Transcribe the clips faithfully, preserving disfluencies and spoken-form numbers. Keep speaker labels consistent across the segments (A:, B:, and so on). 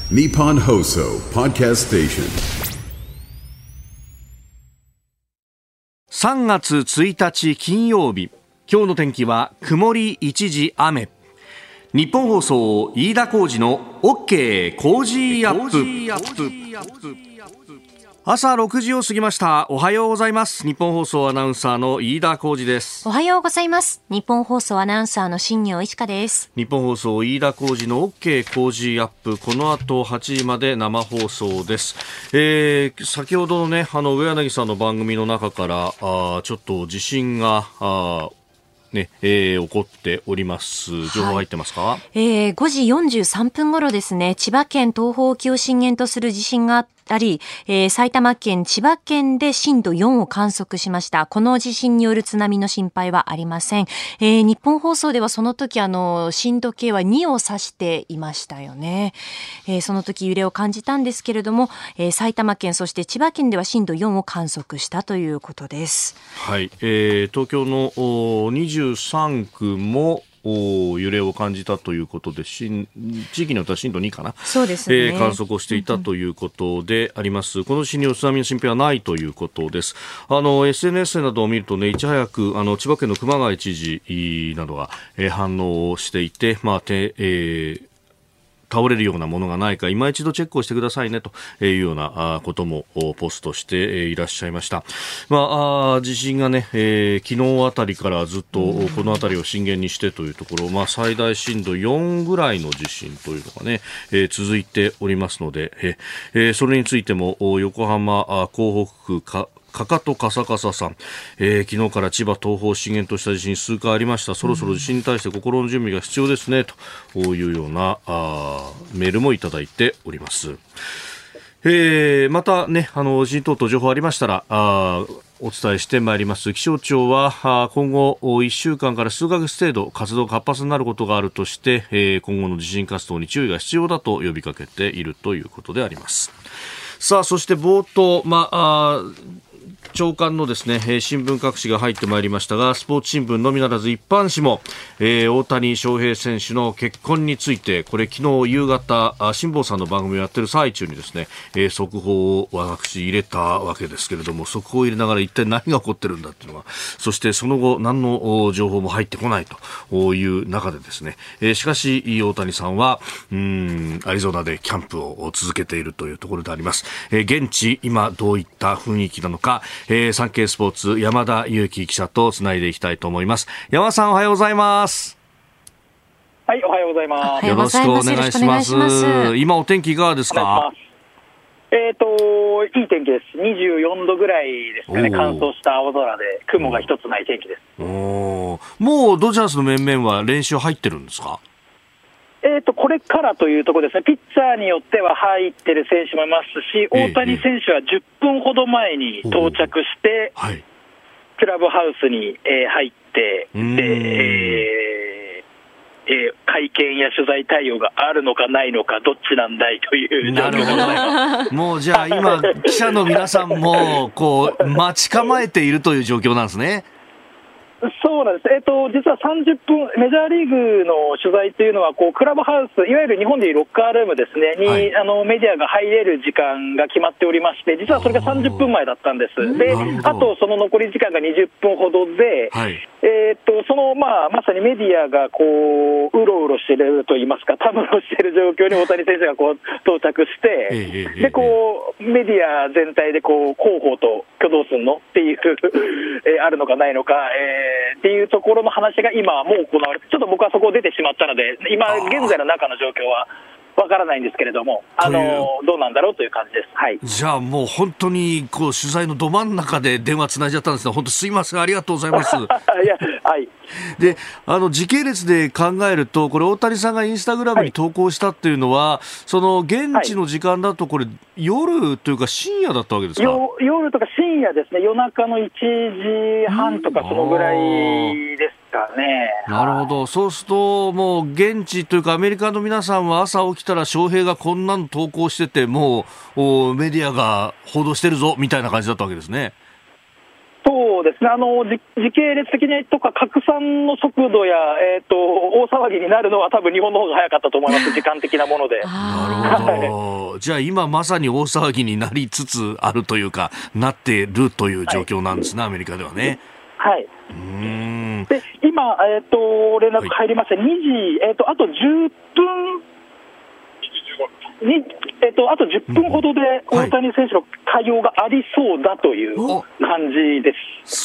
A: Nippon Hoso Podcast Station。
B: さんがつついたち金曜日、今日の天気は曇り一時雨。日本放送飯田浩司の OK 工事アップ。朝ろくじを過ぎました。おはようございます。日本放送アナウンサーの飯田浩司です。
C: おはようございます。日本放送アナウンサーの新業一華です。
B: 日本放送飯田浩司の OK 工事アップ、この後はちじまで生放送です。えー、先ほどのね、あの上柳さんの番組の中からあちょっと地震があねえー、起こっております。情報入ってますか？はい、
C: えー、ごじよんじゅうさんぷん頃ですね、千葉県東方沖を震源とする地震があってあり、えー、埼玉県、千葉県で震度よんを観測しました。この地震による津波の心配はありません。えー、日本放送ではその時あの震度計はにを指していましたよね。えー、その時揺れを感じたんですけれども、えー、埼玉県そして千葉県では震度よんを観測したということです。
B: はい、えー、東京のにじゅうさんくも揺れを感じたということで、地域によっては震度にかな、
C: そうですね、
B: えー、観測をしていたということであります。この地震による津波の心配はないということです。あの エスエヌエス などを見るとね、いち早くあの千葉県の熊谷知事などが、えー、反応をしていて、まあてえー倒れるようなものがないか今一度チェックをしてくださいねというようなこともポストしていらっしゃいました。まあ、地震がね、えー、昨日あたりからずっとこのあたりを震源にしてというところ、まあ、最大震度よんぐらいの地震というのがね、えー、続いておりますので、えー、それについても横浜港北区かかかとかさかささん、えー、昨日から千葉東方を震源とした地震数回ありました。そろそろ地震に対して心の準備が必要ですねというようなあメールもいただいております。えー、またね、あの地震等々情報ありましたらあお伝えしてまいります。気象庁は今後いっしゅうかんから数ヶ月程度活動が活発になることがあるとして、えー、今後の地震活動に注意が必要だと呼びかけているということであります。さあ、そして冒頭、まあ朝刊のですね、新聞各紙が入ってまいりましたが、スポーツ新聞のみならず一般紙も、えー、大谷翔平選手の結婚について、これ昨日夕方辛坊さんの番組をやってる最中にですね、えー、速報を私入れたわけですけれども、速報を入れながら一体何が起こってるんだっていうのは、そしてその後何の情報も入ってこないという中でですね、えー、しかし大谷さんはうーんアリゾナでキャンプを続けているというところであります。えー、現地今どういった雰囲気なのか、えー、サンケイスポーツ山田裕貴記者とつないでいきたいと思います。山田さん、おはようございます。
D: はい、おはようございます。
B: よろしくお願いします。今お天気いかがですか？
D: えーと、いい天気です。にじゅうよんどぐらいですかね。乾燥した青空で雲が一つない天気です。
B: おもうドジャースの面々は練習入ってるんですか？
D: えーと、これからというところですね。ピッチャーによっては入ってる選手もいますし、大谷選手はじゅっぷんほど前に到着して、はい、クラブハウスに、えー、入って、で、えーえー、会見や取材対応があるのかないのか、どっちなんだいという状況でございます。
B: もうじゃあ今、記者の皆さんもこう待ち構えているという状況なんですね。
D: そうなんです。えっと、実はさんじゅっぷん、メジャーリーグの取材というのは、こう、クラブハウス、いわゆる日本でいうロッカールームですね、に、はい、あの、メディアが入れる時間が決まっておりまして、実はそれがさんじゅっぷんまえだったんです。で、あと、その残り時間がにじゅっぷんほどで、はい、えっと、その、まあ、まさにメディアが、こう、うろうろしているといいますか、たむろしている状況に大谷選手がこう、到着して、で、こう、メディア全体で、こう、広報と挙動するのっていう、えー、あるのかないのか、えーっていうところの話が今もう行われて、ちょっと僕はそこを出てしまったので、今現在の中の状況はわからないんですけれども、あのどうなんだろうという感じです。はい。
B: じゃあもう本当にこう取材のど真ん中で電話つないじゃったんですね。本当すいません、ありがとうございます。い
D: や、はい。
B: で、あの時系列で考えると、これ大谷さんがインスタグラムに投稿したっていうのは、はい、その現地の時間だとこれ、はい、夜というか深夜だったわけですか？
D: 夜とか深夜ですね。夜中のいちじはんとかそのぐらいですかね。
B: なるほど。そうするともう現地というかアメリカの皆さんは朝起きたら翔平がこんなの投稿してて、もうメディアが報道してるぞみたいな感じだったわけですね。
D: そそうですね、あの時系列的にとか拡散の速度や、えー、と大騒ぎになるのは多分日本の方が早かったと思います、時間的なもので。
B: なるほど。じゃあ今まさに大騒ぎになりつつあるというか、なっているという状況なんですね、はい、アメリカではね。
D: はい、うーんで今、えー、と連絡入りまして、はい、にじ、えー、とあとじゅっぷんに、えー、とあとじゅっぷんほどで大谷選手の対応がありそうだという感じです。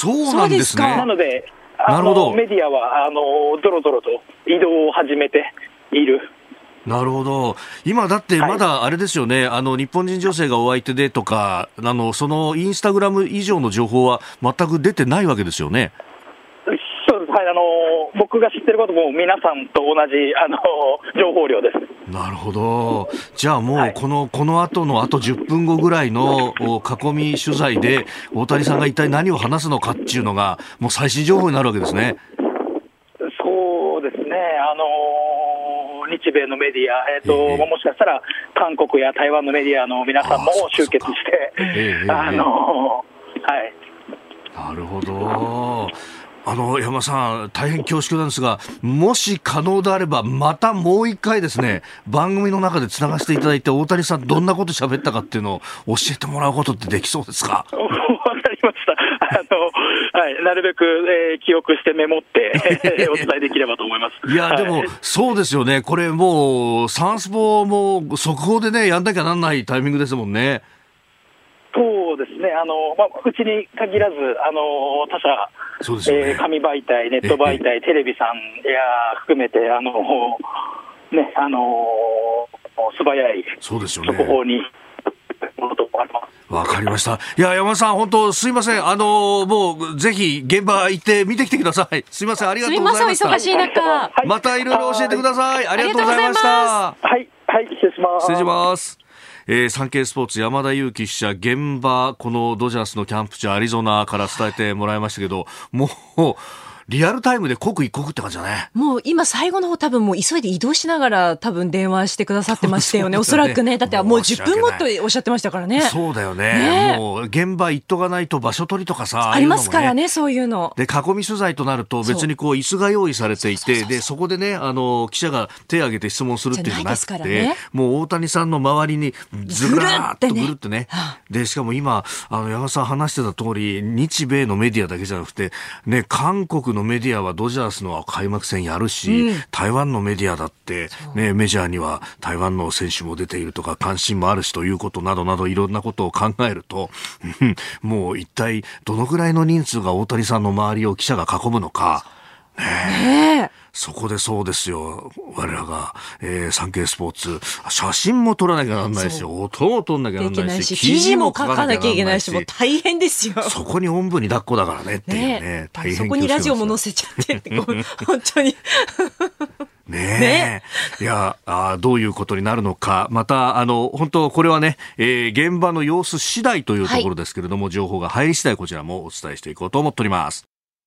B: そうなんですね。
D: なのであのメディアはあのドロドロと移動を始めている。
B: なるほど。今だってまだあれですよね、はい、あの日本人女性がお相手でとか、あのそのインスタグラム以上の情報は全く出てないわけですよね。
D: そうです、はい、あの僕が知ってることも皆さんと同じあの情報量です。
B: なるほど。じゃあもうこの、はい、この後のあとじゅっぷんごぐらいの囲み取材で大谷さんが一体何を話すのかっていうのがもう最新情報になるわけですね。
D: そうですね、あの日米のメディア、えーとえー、もしかしたら韓国や台湾のメディアの皆さんも集結して、えー、あのー、はい。
B: なるほど。あの山さん、大変恐縮なんですが、もし可能であればまたもう一回ですね、番組の中でつながせていただいて、大谷さんどんなこと喋ったかっていうのを教えてもらうことってできそうですか？
D: わかりました。あの、はい、なるべく、えー、記憶してメモって、えー、お伝えできればと思います。
B: いや、でも、はい、そうですよね。これもうサンスポも速報でねやんなきゃなんないタイミングですもんね。
D: そうですね、あの、まあ、うちに限らずあの他社、そうですよね、えー、紙媒体、ネット媒体、テレビさんや含めてあの、ね、あの素早い速報にものとあります。
B: わかりました。いや、山田さん、本当すいません。あのもうぜひ現場行って見てきてください。すいません、ありがとうございました。
C: すいません、忙しい中、はい、
B: またいろいろ教えてください。ありがとうございました。
D: はい、はい、失礼します。
B: 失礼します。えー、サンケイスポーツ山田裕貴記者、現場このドジャースのキャンプ地アリゾナから伝えてもらいましたけど、もうリアルタイムで刻一刻って感じだね。
C: もう今最後の方多分もう急いで移動しながら多分電話してくださってましたよね。おそらくね。だってもうじゅっぷんごとおっしゃってましたからね。
B: そうだよね。ね、もう現場行っとかないと場所取りとかさ、
C: ありますからね、そういうの。
B: で、囲み取材となると別にこう椅子が用意されていて、で、そこでね、あの、記者が手を挙げて質問するっていうのじゃなくて、ね、もう大谷さんの周りにずらーっとぐるってね。で、しかも今、あの、山田さん話してた通り、日米のメディアだけじゃなくて、ね、韓国のメディアはドジャースジャースの開幕戦やるし、うん、台湾のメディアだって、ね、メジャーには台湾の選手も出ているとか関心もあるしということなどなどいろんなことを考えるともう一体どのくらいの人数が大谷さんの周りを記者が囲むのか、ねえね、そこでそうですよ、我らが、えー、サンケイスポーツ写真も撮らなきゃなんないし、音も撮んなきゃなんないし、
C: 記事も書かなきゃいけないし、もう大変ですよ。
B: そこにおんぶに抱っこだからねっていうね、ね、大変。
C: そこにラジオも載せちゃってってこう本当に
B: ねえ、いやあどういうことになるのか、またあの本当これはね、えー、現場の様子次第というところですけれども、はい、情報が入り次第こちらもお伝えしていこうと思っております。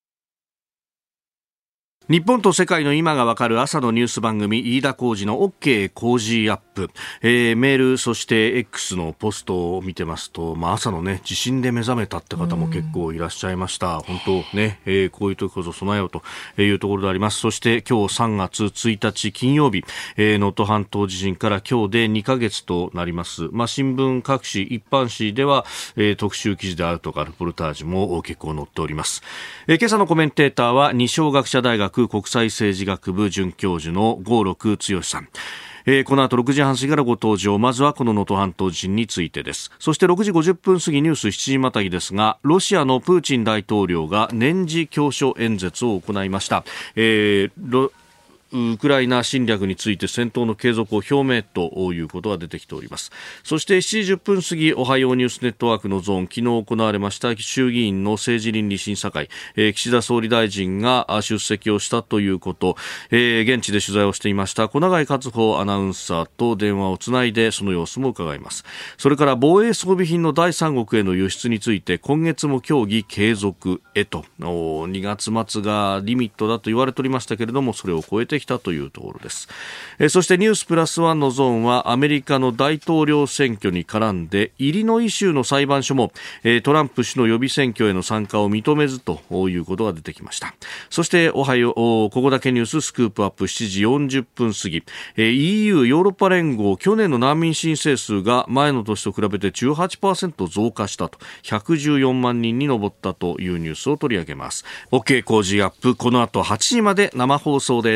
B: 日本と世界の今がわかる朝のニュース番組、飯田浩司の OK 工事アップ、えー、メールそして X のポストを見てますと、まあ、朝のね地震で目覚めたって方も結構いらっしゃいました。本当ね、えー、こういう時こそ備えようというところであります。そして今日さんがつついたち金曜日、えー、能登半島地震から今日でにかげつとなります。まあ、新聞各紙一般紙では、えー、特集記事であるとかルポルタージュも結構載っております。えー、今朝のコメンテーターは二松学舎大学国際政治学部准教授の郷六剛さん、えー、この後ろくじはん過ぎからご登場。まずはこの能登半島地震についてです。そしてろくじごじゅっぷん過ぎニュースしちじまたぎですが、ロシアのプーチン大統領が年次教書演説を行いました。えーロウクライナ侵略について戦闘の継続を表明ということが出てきております。そしてしちじじゅっぷん過ぎ、おはようニュースネットワークのゾーン、昨日行われました衆議院の政治倫理審査会、えー、岸田総理大臣が出席をしたということ、えー、現地で取材をしていました小永井勝穂アナウンサーと電話をつないでその様子も伺います。それから防衛装備品の第三国への輸出について今月も協議継続へと、にがつ末がリミットだと言われておりましたけれども、それを超えてきたというところです。えー、そしてニュースプラスワンのゾーンはアメリカの大統領選挙に絡んでイリノイ州の裁判所も、えー、トランプ氏の予備選挙への参加を認めずということが出てきました。そしておはようここだけニューススクープアップしちじよんじゅっぷん過ぎ、えー、イーユー ヨーロッパ連合去年の難民申請数が前の年と比べて じゅうはちパーセント 増加したとひゃくじゅうよんまんにんに上ったというニュースを取り上げます。 OK 工事アップ、この後はちじまで生放送です。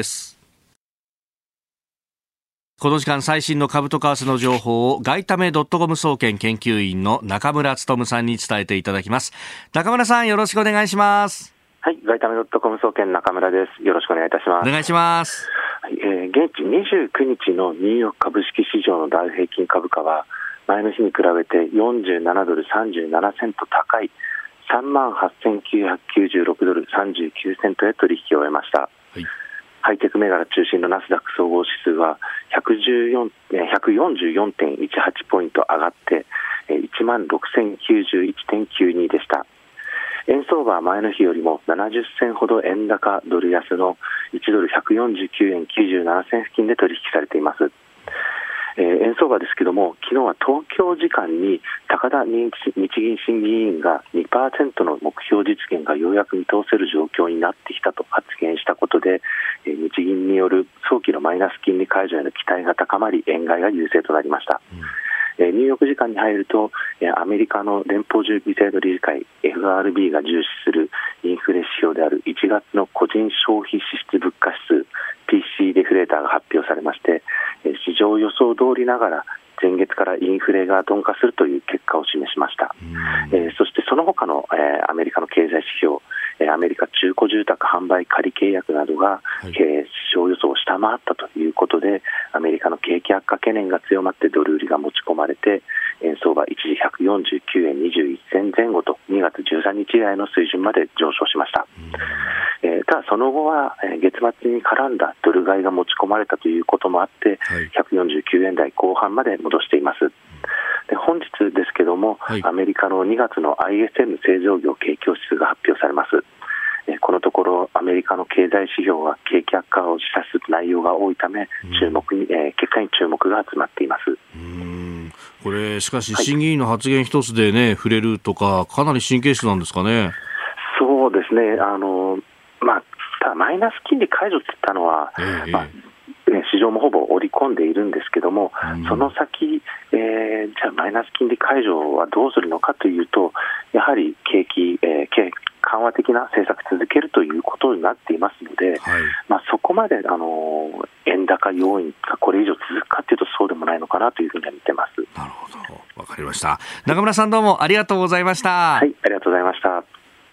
B: この時間最新の株と為替の情報を外為 .com 総研研究員の中村努さんに伝えていただきます。中村さん、よろしくお願いします。
E: はい、外為 .com 総研中村です。よろしくお願いいたします。
B: お願いします。
E: はい、えー、現地にじゅうくにちのニューヨーク株式市場のダウ平均株価は前の日に比べてよんじゅうななドルさんじゅうななセント高い さんまんはっせんきゅうひゃくきゅうじゅうろくドルさんじゅうきゅうセントへ取引を終えました。はい、ハイテク銘柄中心のナスダック総合指数はひゃくよんじゅうよんてんいちはちポイント上がっていちまんろくせんきゅうじゅういちてんきゅうにでした。円相場は前の日よりもななじゅっせんほど円高ドル安のいちドルひゃくよんじゅうきゅうえんきゅうじゅうななせん付近で取引されています。えー、円相場ですけども、昨日は東京時間に高田日銀審議委員が にパーセント の目標実現がようやく見通せる状況になってきたと発言したことで、えー、日銀による早期のマイナス金利解除への期待が高まり円買いが優勢となりました。うん、ニューヨーク時間に入るとアメリカの連邦準備制度理事会 エフアールビー が重視するインフレ指標であるいちがつの個人消費支出物価指数 ピーシー デフレーターが発表されまして、市場予想通りながら前月からインフレが鈍化するという結果を示しました。えー、そしてその他の、えー、アメリカの経済指標、えー、アメリカ中古住宅販売仮契約などが、はい、えー、市場予想を下回ったということでアメリカの景気悪化懸念が強まってドル売りが持ち込まれて円相場一時ひゃくよんじゅうきゅうえんにじゅういっせん前後とにがつじゅうさんにち以来の水準まで上昇しました。えー、ただその後は、えー、月末に絡んだドル買いが持ち込まれたということもあって、はい、ひゃくよんじゅうきゅうえん台後半まで戻しています。で本日ですけども、はい、アメリカのにがつの アイエスエム 製造業景況指数が発表されます。えー、このところアメリカの経済指標は景気悪化を示唆する内容が多いため、注目に、えー、結果に注目が集まっています。うー
B: ん、これしかし審議員の発言一つでね、はい、触れるとかかなり神経質なんですかね。
E: そうですね、あのまあ、ただマイナス金利解除といったのは、えーまあね、市場もほぼ織り込んでいるんですけども、うん、その先、えー、じゃあマイナス金利解除はどうするのかというと、やはり景気、えー、景緩和的な政策続けるということになっていますので、はい、まあ、そこまで、あの円高要因がこれ以上続くかというとそうでもないのかなというふうには見てます。
B: なるほど、わかりました。中村さん、どうもありがとうございました。
E: はい、ありがとうございました。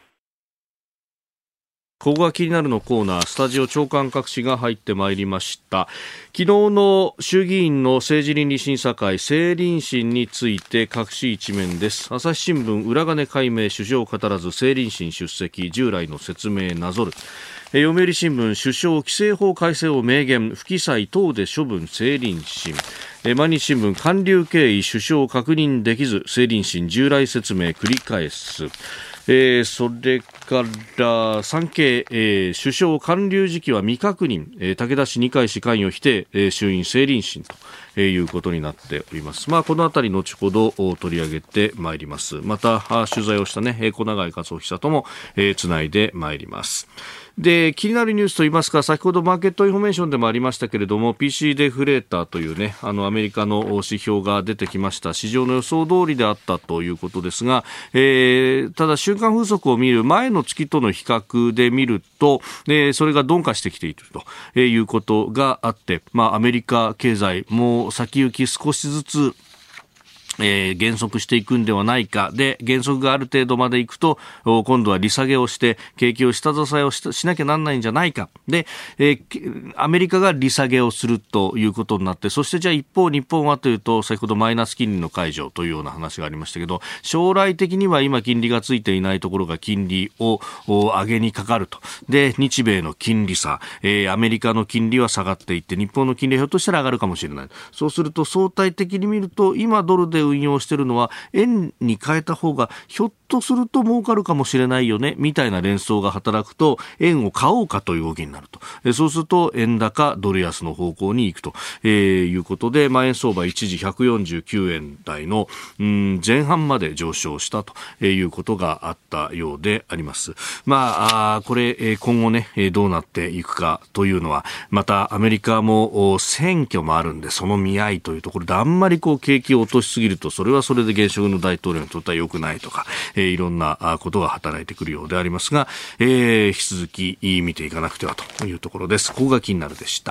B: ここが気になるのコーナー、スタジオ長官各紙が入ってまいりました。昨日の衆議院の政治倫理審査会政倫審について各紙一面です。朝日新聞、裏金解明首相語らず政倫審出席、従来の説明なぞる。読売新聞、首相規制法改正を明言、不記載等で処分政倫審。毎日新聞、官僚経緯首相確認できず政倫審従来説明繰り返す。えー、それから産経、えー、首相官僚時期は未確認、えー、武田氏二階氏関与否定、えー、衆院政倫審と、えー、いうことになっております。まあ、このあたり後ほど取り上げてまいります。また取材をしたね小永井勝夫記者とも、えー、つないでまいります。で、気になるニュースといいますか、先ほどマーケットインフォメーションでもありましたけれども ピーシー デフレーターというね、あのアメリカの指標が出てきました。市場の予想通りであったということですが、えー、ただ週間風速を見る前の月との比較で見ると、えー、それが鈍化してきているということがあって、まあ、アメリカ経済も先行き少しずつえー、減速していくんではないか。で、減速がある程度までいくと、今度は利下げをして、景気を下支えを し, しなきゃなんないんじゃないか。で、えー、アメリカが利下げをするということになって、そしてじゃあ一方日本はというと、先ほどマイナス金利の解除というような話がありましたけど、将来的には今金利がついていないところが金利を上げにかかると。で、日米の金利差、えー、アメリカの金利は下がっていって、日本の金利はひょっとしたら上がるかもしれない。そうすると相対的に見ると、今ドルで運用しているのは円に変えた方がひょっとすると儲かるかもしれないよねみたいな連想が働くと円を買おうかという動きになると、えそうすると円高ドル安の方向に行くと、えー、いうことで、まあ、円相場一時ひゃくよんじゅうきゅうえん台のうん前半まで上昇したということがあったようであります。まあ、あこれ今後ねどうなっていくかというのは、またアメリカも選挙もあるんでその見合いというところであんまりこう景気を落としすぎるとそれはそれで現職の大統領にとっては良くないとか、えー、いろんなことが働いてくるようでありますが、えー、引き続き見ていかなくてはというところです。ここが気になるでした。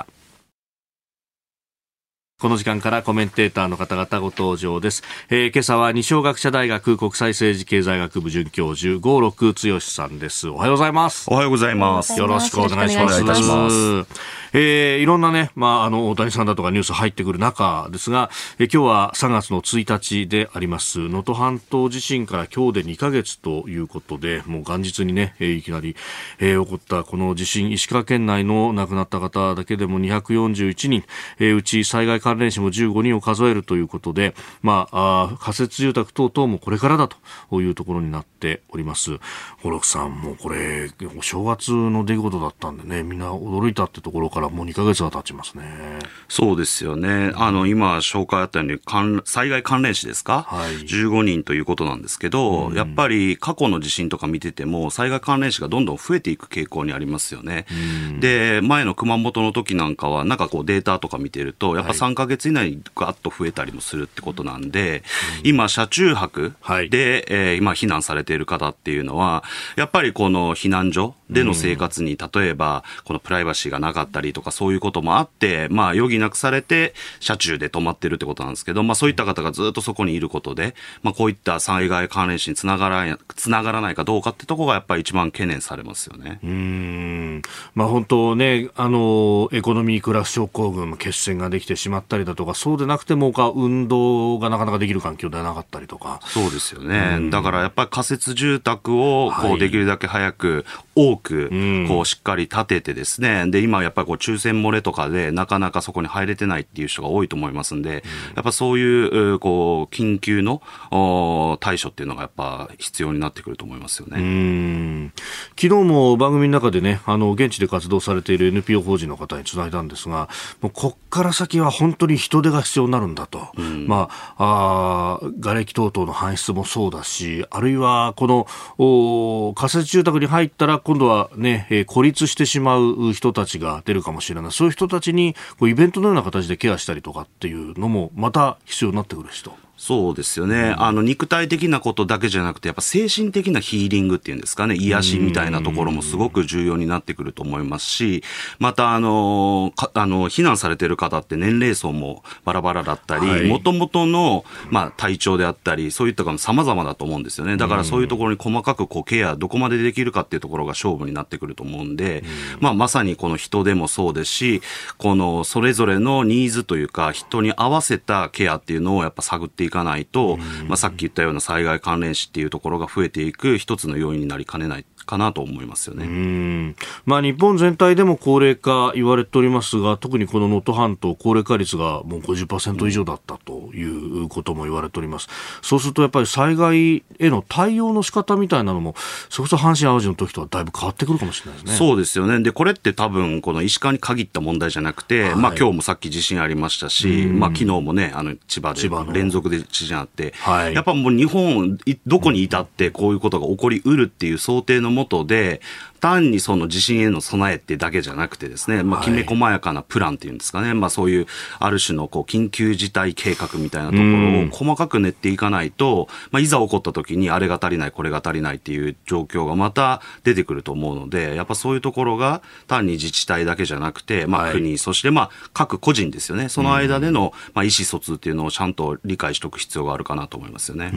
B: この時間からコメンテーターの方々ご登場です。えー、今朝は二松学舎大学国際政治経済学部准教授郷六剛さんです。おはようございます。
F: おはようございます。
B: よろしくお願いします。えー、いろんなね、まあ、あの大谷さんだとかニュース入ってくる中ですが、えー、今日はさんがつのついたちであります能登半島地震から今日でにかげつということで、もう元日にね、えー、いきなり、えー、起こったこの地震、石川県内の亡くなった方だけでもにひゃくよんじゅういちにん、えー、うち災害関連死もじゅうごにんを数えるということで、まあ、あ仮設住宅等々もこれからだというところになっております。五六さん、もうこれお正月の出来事だったんでね、みんな驚いたってところからもうにかげつが経ちますね。
F: そうですよね。あの今紹介あったように災害関連死ですか、はい、じゅうごにんということなんですけど、うん、やっぱり過去の地震とか見てても災害関連死がどんどん増えていく傾向にありますよね。うん、で前の熊本の時なんかはなんかこうデータとか見てるとやっぱさんかげつ以内にガッと増えたりもするってことなんで、うん、今車中泊で、はい、えー、今避難されている方っていうのはやっぱりこの避難所での生活に、うん、例えばこのプライバシーがなかったりとかそういうこともあって、まあ余儀なくされて車中で泊まってるってことなんですけど、まあそういった方がずっとそこにいることで、まあこういった災害関連死につながらない、つながらないかどうかってところがやっぱり一番懸念されますよね。
B: うーん、まあ本当ね、あのエコノミークラス症候群の血栓ができてしまったりだとか、そうでなくても運動がなかなかできる環境ではなかったりとか。
F: そうですよね。だからやっぱり仮設住宅をこうできるだけ早く多くこうしっかり建ててですね、で今やっぱりこう抽選漏れとかでなかなかそこに入れてないっていう人が多いと思いますんで、やっぱそういうこう緊急の対処っていうのがやっぱ必要になってくると思いますよね。
B: うーん、昨日も番組の中でね、あの現地で活動されている エヌピーオー 法人の方につないだんですが、もうこっから先は本当に人手が必要になるんだと、うん、まあ、あ瓦礫等々の搬出もそうだし、あるいはこの仮設住宅に入ったら今度はね、えー、孤立してしまう人たちが出るかもしれない。そういう人たちにこうイベントのような形でケアしたりとかっていうのもまた必要になってくる人。
F: そうですよね、うん、あの肉体的なことだけじゃなくてやっぱ精神的なヒーリングっていうんですかね、癒しみたいなところもすごく重要になってくると思いますし、またあのかあの避難されている方って年齢層もバラバラだったり、もともとの、まあ、体調であったりそういったのも様々だと思うんですよね。だからそういうところに細かくこうケアどこまでできるかっていうところが勝負になってくると思うんで、うん、まあ、まさにこの人でもそうですし、このそれぞれのニーズというか人に合わせたケアっていうのをやっぱ探っていかないと、まあ、さっき言ったような災害関連死っていうところが増えていく一つの要因になりかねないかなと思いますよね。
B: うーん、まあ、日本全体でも高齢化言われておりますが、特にこの能登半島高齢化率がもう ごじゅっパーセント 以上だったということも言われております。そうするとやっぱり災害への対応の仕方みたいなのもそれこそ阪神淡路の時とはだいぶ変わってくるかもしれないですね。
F: そうですよね。でこれって多分この石川に限った問題じゃなくて、はい、まあ、今日もさっき地震ありましたし、まあ、昨日もねあの千葉で連続で地震あって、はい、やっぱもう日本どこにいたってこういうことが起こりうるっていう想定のもとで、単にその地震への備えってだけじゃなくてですね、まあ、きめ細やかなプランっていうんですかね、はい、まあ、そういうある種のこう緊急事態計画みたいなところを細かく練っていかないと、まあ、いざ起こった時にあれが足りないこれが足りないっていう状況がまた出てくると思うので、やっぱそういうところが単に自治体だけじゃなくて、まあ、国、はい、そしてまあ各個人ですよね、その間でのまあ意思疎通っていうのをちゃんと理解しておく必要があるかなと思いますよね。
B: うん、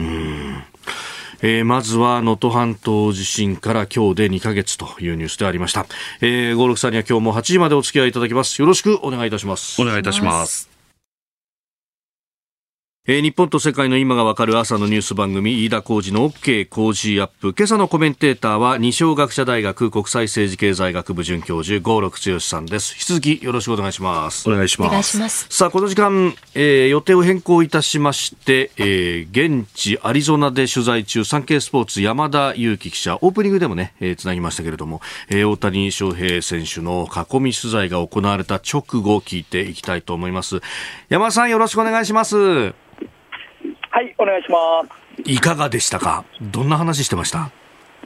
B: えー、まずは能登半島地震から今日でにかげつというニュースでありました。えー、郷六さんには今日もはちじまでお付き合いいただきます。よろしくお願いいたします。
F: お願いいたします。
B: えー、日本と世界の今がわかる朝のニュース番組飯田浩司の OK 工事アップ。今朝のコメンテーターは二松学舎大学国際政治経済学部准教授郷六剛さんです。引き続きよろしくお願いします。
F: お願いします。
C: お願いします。
B: さあこの時間、えー、予定を変更いたしまして、えー、現地アリゾナで取材中サンケイスポーツ山田裕貴記者、オープニングでもね、えー、つなぎましたけれども、えー、大谷翔平選手の囲み取材が行われた直後を聞いていきたいと思います。山田さん、よろしくお願いします。
D: はい、お願いします。
B: いかがでしたか？どんな話してました？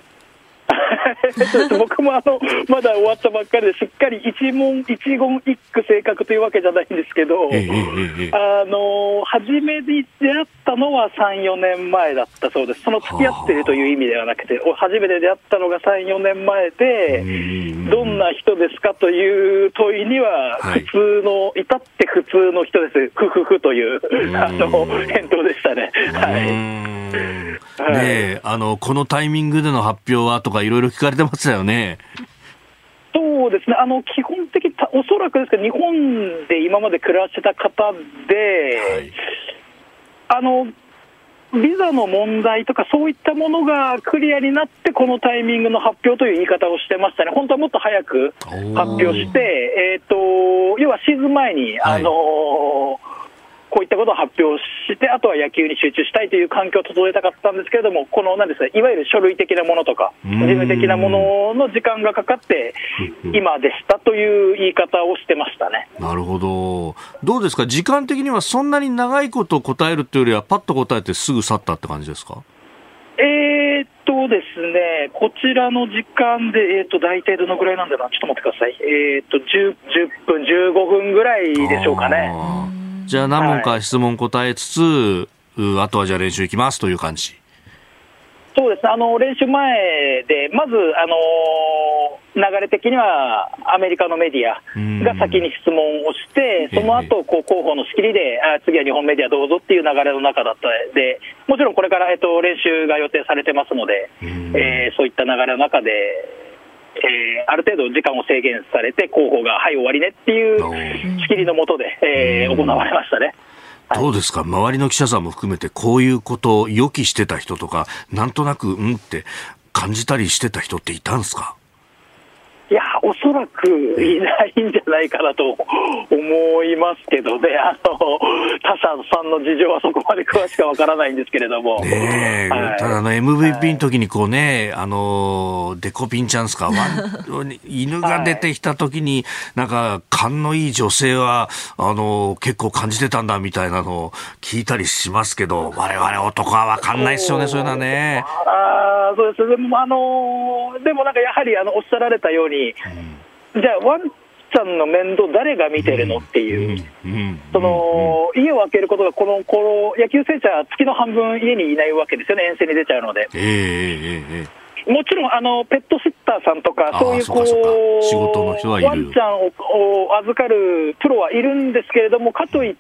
D: 僕もあのまだ終わったばっかりでしっかり一問一言一句正確というわけじゃないんですけど、ええええ、あの初めに出会ったのはさん、よねんまえだったそうです。その付き合っているという意味ではなくて、初めて出会ったのがさん、よねんまえで、どんな人ですかという問いには普通の、はい、至って普通の人です、ふふふというあの返答でしたね。
B: はい、ねえ、あのこのタイミングでの発表はとかいろいろ聞かれてましたよね。
D: そうですね、あの基本的におそらくですけど日本で今まで暮らしてた方で、はい、あのビザの問題とかそういったものがクリアになってこのタイミングの発表という言い方をしてましたね。本当はもっと早く発表して、えーと、要はシーズン前に、はい、あのこういったことを発表して、あとは野球に集中したいという環境を整えたかったんですけれども、このなんですか、いわゆる書類的なものとか事務的なものの時間がかかって今でしたという言い方をしてましたね。
B: なるほど。どうですか、時間的にはそんなに長いこと答えるというよりはパッと答えてすぐ去ったって感じですか？
D: えーっとですね、こちらの時間で、えーっと大体どのぐらいなんだろうな、ちょっと待ってください。えーっと 10, じゅっぷんじゅうごふんぐらいでしょうかね。
B: じゃあ何問か質問答えつつ、はい、あとはじゃあ練習行きますという感じ。
D: そうですね、あの練習前でまず、あのー、流れ的にはアメリカのメディアが先に質問をして、その後こう広報の仕切りで、あ次は日本メディアどうぞっていう流れの中だったで、もちろんこれから、えっと、練習が予定されてますので、えー、そういった流れの中で、えー、ある程度時間を制限されて広報がはい終わりねっていう仕切りの下で、えー、行われましたね。
B: どうですか、周りの記者さんも含めてこういうことを予期してた人とか、なんとなくうんって感じたりしてた人っていたんですか？
D: いや、おそらくいないんじゃないかなと思いますけどね。あの他社さんの事情はそこまで詳しくはわからないんですけれども、
B: ねえ、はい、ただあの エムブイピー の時にこうね、あのデコピンちゃんですか、犬が出てきた時になんか勘のいい女性はあの結構感じてたんだみたいなのを聞いたりしますけど、我々男は分かんないですよね、そういうのはね。
D: あ、そうです。でも、あのでもなんかやはりあのおっしゃられたように、うん、じゃあワンちゃんの面倒誰が見てるのっていう、うんうん、その家を空けることがこの頃野球選手は月の半分家にいないわけですよね、遠征に出ちゃうので、えーえー、もちろんあのペットシッターさんとかそういうこう
B: 仕事の人はいる、
D: ワンちゃんを預かるプロはいるんですけれども、かといって、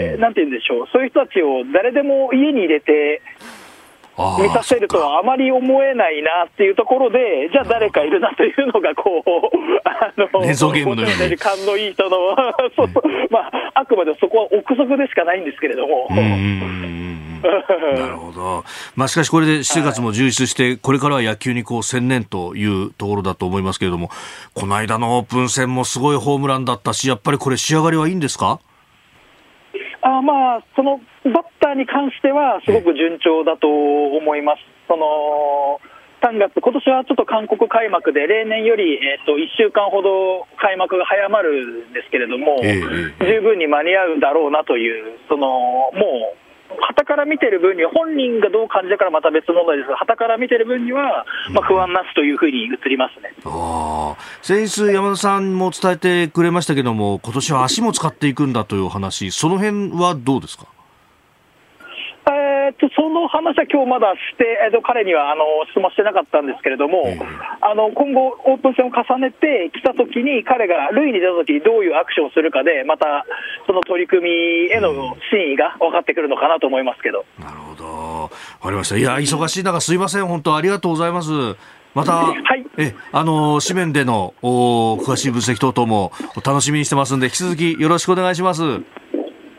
D: うん、なんて言うんでしょう、そういう人たちを誰でも家に入れて見させるとはあまり思えないなっていうところで、じゃあ誰かいるなというのがこうあの
B: 連想ゲームのように
D: 勘のいい人のそうそう、まあ、あくまでそこは憶測でしかないんですけれども。うーん
B: なるほど。まあ、しかしこれでしがつも充実して、これからは野球にこう専念というところだと思いますけれども、この間のオープン戦もすごいホームランだったし、やっぱりこれ仕上がりはいいんですか？
D: あ、まあ、そのバッターに関してはすごく順調だと思います。そのさんがつ、今年はちょっと韓国開幕で例年より、えー、といっしゅうかんほど開幕が早まるんですけれども、えー、十分に間に合うだろうなという、そのもう旗から見てる分には、本人がどう感じるからまた別問題ですが、旗から見てる分には、まあ、不安なしというふうに映りますね。
B: うん、あ先日山田さんも伝えてくれましたけども、今年は足も使っていくんだというお話、その辺はどうですか？
D: えー、とその話は今日まだして、えー、と彼にはあの質問してなかったんですけれども、えー、あの今後オープン戦を重ねてきたときに、彼が塁に出たときにどういうアクションをするかで、またその取り組みへの真意が分かってくるのかなと思いますけど。
B: なるほど、分かりました。いや、忙しい中すいません、本当ありがとうございます。また、はい、えあの紙面での詳しい分析等々も楽しみにしてますんで、引き続きよろしくお願いします。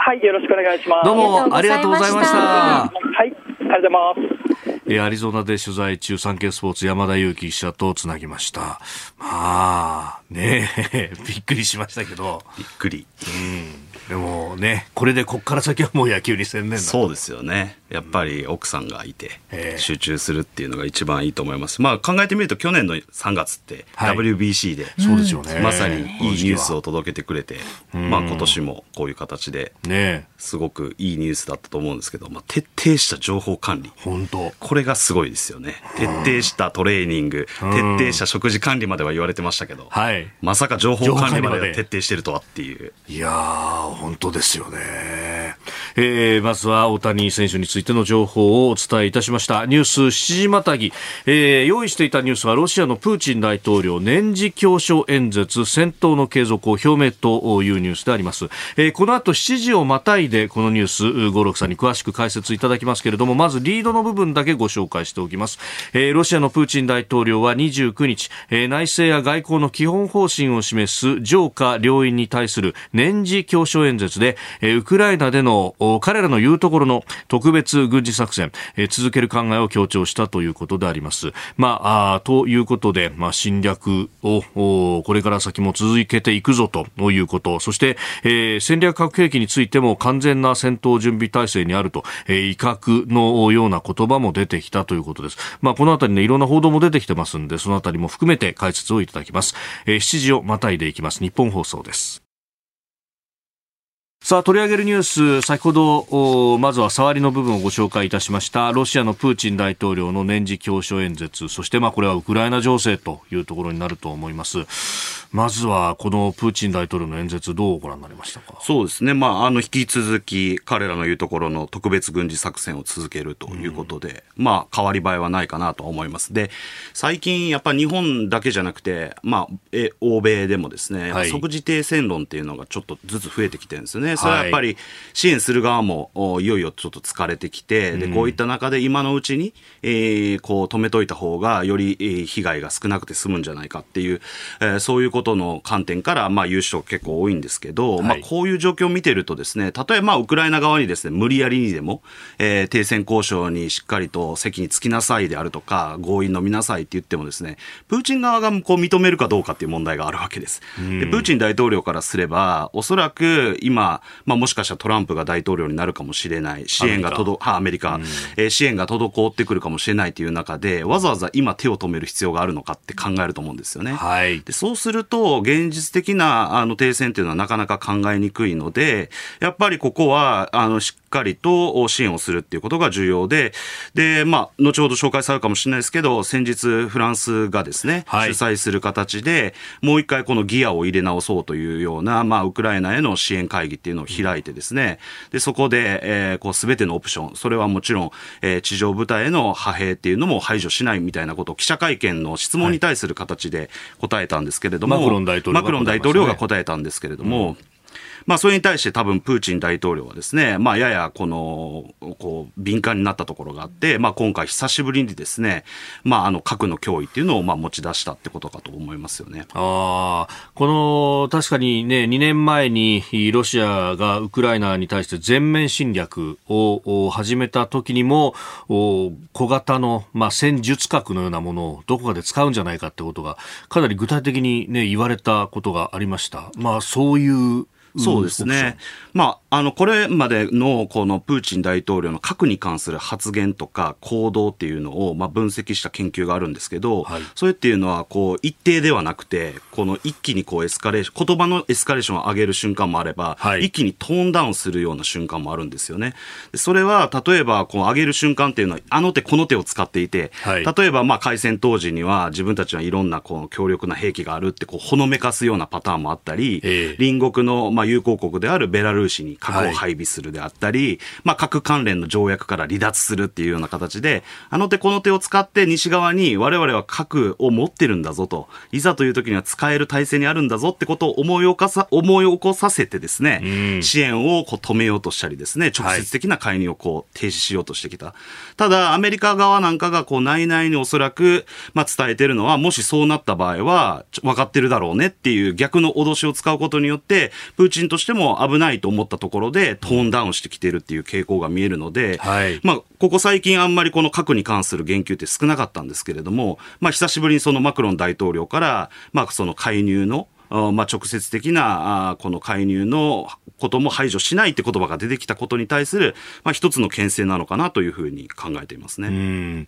D: はい、よろしくお願いします。
B: どうもありがとうございました。
D: はい、ありがとうございます。
B: えー、アリゾナで取材中、サンケイスポーツ山田裕貴記者とつなぎました。まあねえびっくりしましたけど、
F: びっくり。
B: うんでもね、これでこっから先はもう野球に専念だ。
F: そうですよね。やっぱり奥さんがいて集中するっていうのが一番いいと思います。まあ考えてみると去年のさんがつって ダブリュービーシー で、
B: そうですよね、
F: まさにいいニュースを届けてくれて、まあ今年もこういう形ですごくいいニュースだったと思うんですけど、まあ、徹底した情報管理、
B: 本当
F: これがすごいですよね。徹底したトレーニング、徹底した食事管理までは言われてましたけど、はい、まさか情報管理まで徹底してるとはっていう。
B: いやー本当ですよね。えー、まずは大谷選手についての情報をお伝えいたしました。ニュースしちじまたぎ、えー、用意していたニュースはロシアのプーチン大統領年次教書演説戦闘の継続を表明というニュースであります。えー、この後しちじをまたいでこのニュース五郎さんに詳しく解説いただきますけれども、まずリードの部分だけご紹介しておきます。えー、ロシアのプーチン大統領はにじゅうくにち、えー、内政や外交の基本方針を示す上下両院に対する年次教書演説で、えー、ウクライナでの彼らの言うところの特別軍事作戦、えー、続ける考えを強調したということであります。まあ、あということで、まあ、侵略をこれから先も続けていくぞということ、そして、えー、戦略核兵器についても完全な戦闘準備体制にあると、えー、威嚇のような言葉も出てきたということです。まあ、このあたりね、いろんな報道も出てきてますんで、そのあたりも含めて解説をいただきます。えー、しちじをまたいでいきます。日本放送です。さあ取り上げるニュース、先ほどまずは触りの部分をご紹介いたしましたロシアのプーチン大統領の年次教書演説、そしてまあこれはウクライナ情勢というところになると思います。まずはこのプーチン大統領の演説、どうご覧になりましたか。
F: そうですね、まあ、あの引き続き彼らの言うところの特別軍事作戦を続けるということで、うん、まあ変わり映えはないかなと思います。で、最近やっぱり日本だけじゃなくて、まあ、え欧米でもですね、はい、即時停戦論っていうのがちょっとずつ増えてきてるんですよね。それはやっぱり支援する側もいよいよちょっと疲れてきて、でこういった中で今のうちに、えー、こう止めといた方がより、えー、被害が少なくて済むんじゃないかっていう、えー、そういうことの観点から、まあ、言う人結構多いんですけど、はい、まあ、こういう状況を見てるとですね、例えばウクライナ側にですね無理やりにでも、えー、停戦交渉にしっかりと席に着きなさいであるとか合意飲みなさいって言ってもですね、プーチン側がこう認めるかどうかっていう問題があるわけです。でプーチン大統領からすればおそらく今、まあ、もしかしたらトランプが大統領になるかもしれない、支援が届アメリカ、うんえー、支援が滞ってくるかもしれないという中でわざわざ今手を止める必要があるのかって考えると思うんですよね。はい、でそうすると現実的なあの停戦というのはなかなか考えにくいので、やっぱりここはあのしっかりと支援をするっていうことが重要で、で、まあ、後ほど紹介されるかもしれないですけど、先日フランスがですね、はい、主催する形でもう一回このギアを入れ直そうというような、まあ、ウクライナへの支援会議っていうのを開いてですね、でそこで、えー、こう全てのオプション、それはもちろん、えー、地上部隊への派兵っていうのも排除しないみたいなことを記者会見の質問に対する形で答えたんですけれども、はい、マクロン大統領が答えましたね。マクロン大統領が答えたんですけれども、うんまあ、それに対して多分プーチン大統領はですね、まあ、ややこのこう敏感になったところがあって、まあ、今回久しぶりにですね、まあ、あの核の脅威っていうのをまあ持ち出したってことかと思いますよね。
B: あこの確かにね、にねんまえにロシアがウクライナに対して全面侵略を始めた時にも小型の、まあ、戦術核のようなものをどこかで使うんじゃないかってことがかなり具体的に、ね、言われたことがありました。まあ、そういう
F: そうですね。まあ、あの、これまでのこのプーチン大統領の核に関する発言とか行動っていうのをまあ分析した研究があるんですけど、はい、それっていうのはこう一定ではなくて、この一気にこうエスカレーション、言葉のエスカレーションを上げる瞬間もあれば、はい、一気にトーンダウンするような瞬間もあるんですよね。それは例えばこう上げる瞬間っていうのはあの手この手を使っていて、はい、例えばまあ開戦当時には自分たちはいろんなこう強力な兵器があるってこうほのめかすようなパターンもあったり、えー、隣国のまあ友好国であるベラルーシに核を配備するであったり、はい、まあ、核関連の条約から離脱するっていうような形で、あの手この手を使って西側に我々は核を持ってるんだぞと、いざという時には使える体制にあるんだぞってことを思い起こさ、思い起こさせてですね、うん、支援をこう止めようとしたりですね、直接的な介入をこう停止しようとしてきた。はい、ただアメリカ側なんかがこう内々におそらくまあ伝えてるのは、もしそうなった場合は分かってるだろうねっていう逆の脅しを使うことによって、プーチンチンとしても危ないと思ったところでトーンダウンしてきているっていう傾向が見えるので、はい、まあ、ここ最近あんまりこの核に関する言及って少なかったんですけれども、まあ、久しぶりにそのマクロン大統領から、まあ、その介入のまあ、直接的なこの介入のことも排除しないって言葉が出てきたことに対する、まあ、一つの牽制なのかなというふうに考えていますね。
B: うん、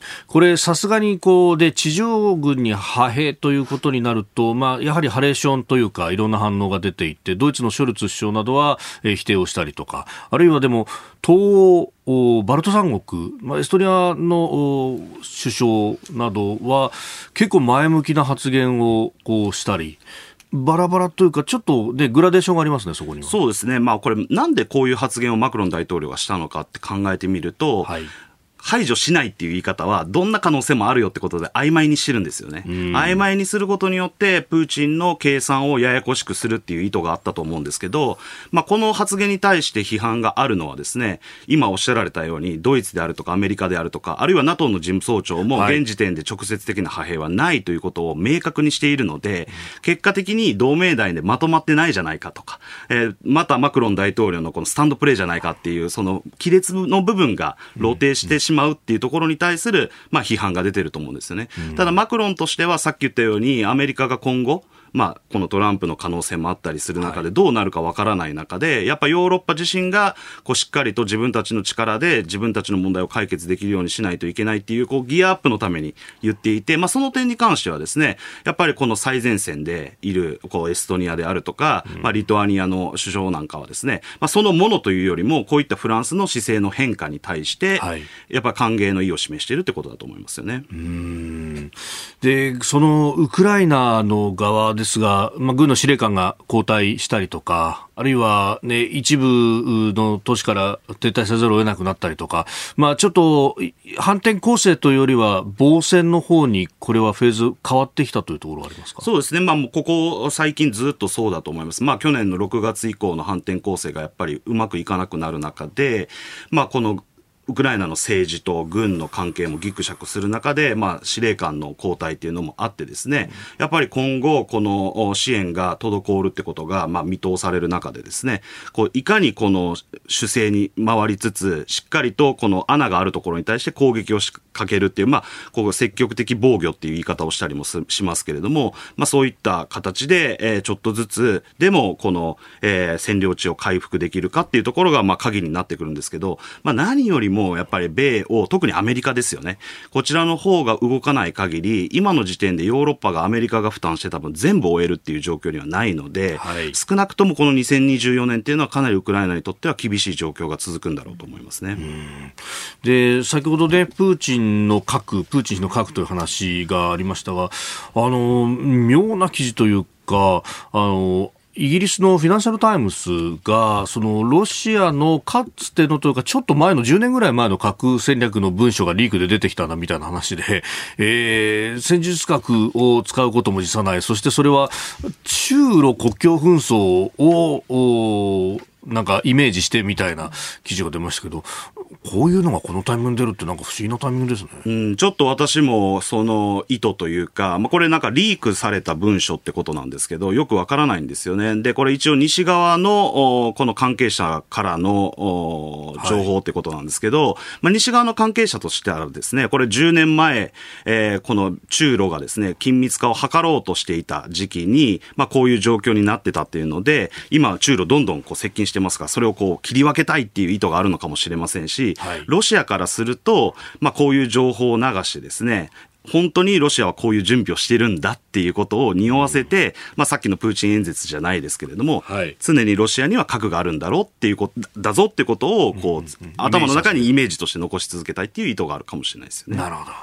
B: これさすがにこうで地上軍に派兵ということになると、まあ、やはりハレーションというかいろんな反応が出ていて、ドイツのショルツ首相などは、えー、否定をしたりとか、あるいはでも東欧バルト三国、まあ、エストニアの首相などは結構前向きな発言をこうしたり、バラバラというかちょっと、ね、グラデーションがありますね、そこには。
F: そうですね、まあ、これなんでこういう発言をマクロン大統領がしたのかって考えてみると、はい、排除しないっていう言い方はどんな可能性もあるよってことで曖昧にしてるんですよね。曖昧にすることによってプーチンの計算をややこしくするっていう意図があったと思うんですけど、まあ、この発言に対して批判があるのはですね、今おっしゃられたようにドイツであるとかアメリカであるとか、あるいは ナトー の事務総長も現時点で直接的な派兵はないということを明確にしているので、結果的に同盟内でまとまってないじゃないかとか、えー、またマクロン大統領のこのスタンドプレーじゃないかっていうその亀裂の部分が露呈してしまうっていうところに対する、まあ、批判が出てると思うんですよね。ただマクロンとしてはさっき言ったようにアメリカが今後まあ、このトランプの可能性もあったりする中でどうなるかわからない中で、やっぱヨーロッパ自身がこうしっかりと自分たちの力で自分たちの問題を解決できるようにしないといけないっていう、こうギアアップのために言っていて、まあ、その点に関してはですね、やっぱりこの最前線でいるこうエストニアであるとか、まあ、リトアニアの首相なんかはですね、まあ、そのものというよりもこういったフランスの姿勢の変化に対してやっぱり歓迎の意を示しているってことだと思いますよね。
B: うーんでそのウクライナの側ですが、まあ、軍の司令官が交代したりとか、あるいは、ね、一部の都市から撤退せざるを得なくなったりとか、まあ、ちょっと反転攻勢というよりは防戦の方にこれはフェーズ変わってきたというところはありますか？
F: そうですね、まあ、もうここ最近ずっとそうだと思います。まあ、去年のろくがつ以降の反転攻勢がやっぱりうまくいかなくなる中で、まあ、このウクライナの政治と軍の関係もギクシャクする中で、まあ、司令官の交代っていうのもあってですね、やっぱり今後この支援が滞るってことが、まあ、見通される中でですね、こういかにこの守勢に回りつつしっかりとこの穴があるところに対して攻撃をしかけるっていう、まあ、こう積極的防御っていう言い方をしたりもしますけれども、まあ、そういった形で、えー、ちょっとずつでもこの、えー、占領地を回復できるかっていうところが、まあ、鍵になってくるんですけど、まあ、何よりももやっぱり米欧、特にアメリカですよね。こちらの方が動かない限り、今の時点でヨーロッパがアメリカが負担して多分全部終えるっていう状況にはないので、はい、少なくともこのにせんにじゅうよねんっていうのはかなりウクライナにとっては厳しい状況が続くんだろうと思いますね。
B: うんで、先ほどでプーチンの核、プーチン氏の核という話がありましたが、あの妙な記事というか、あのイギリスのフィナンシャルタイムズがそのロシアのかつてのというかちょっと前のじゅうねんぐらい前の核戦略の文書がリークで出てきたなみたいな話で、えー、戦術核を使うことも辞さない、そしてそれは中ロ国境紛争をなんかイメージしてみたいな記事が出ましたけど、こういうのがこのタイミングで出るってなんか不思議なタイミングですね。
F: うん、ちょっと私もその意図というか、まあ、これなんかリークされた文書ってことなんですけど、よくわからないんですよね。で、これ一応西側のこの関係者からの情報ってことなんですけど、はい、まあ、西側の関係者としてはですね、これじゅうねんまえ、えー、この中ロがですね、緊密化を図ろうとしていた時期に、まあ、こういう状況になってたっていうので、今中ロどんどんこう接近してますから、それをこう切り分けたいっていう意図があるのかもしれませんし、はい、ロシアからすると、まあ、こういう情報を流してですね、本当にロシアはこういう準備をしているんだっていうことを匂わせて、まあ、さっきのプーチン演説じゃないですけれども、はい、常にロシアには核があるんだろうっていうことだぞっていうことをこう、うんうんうん、頭の中にイメージとして残し続けたいっていう意図があるかもしれないですよね。
B: なるほど。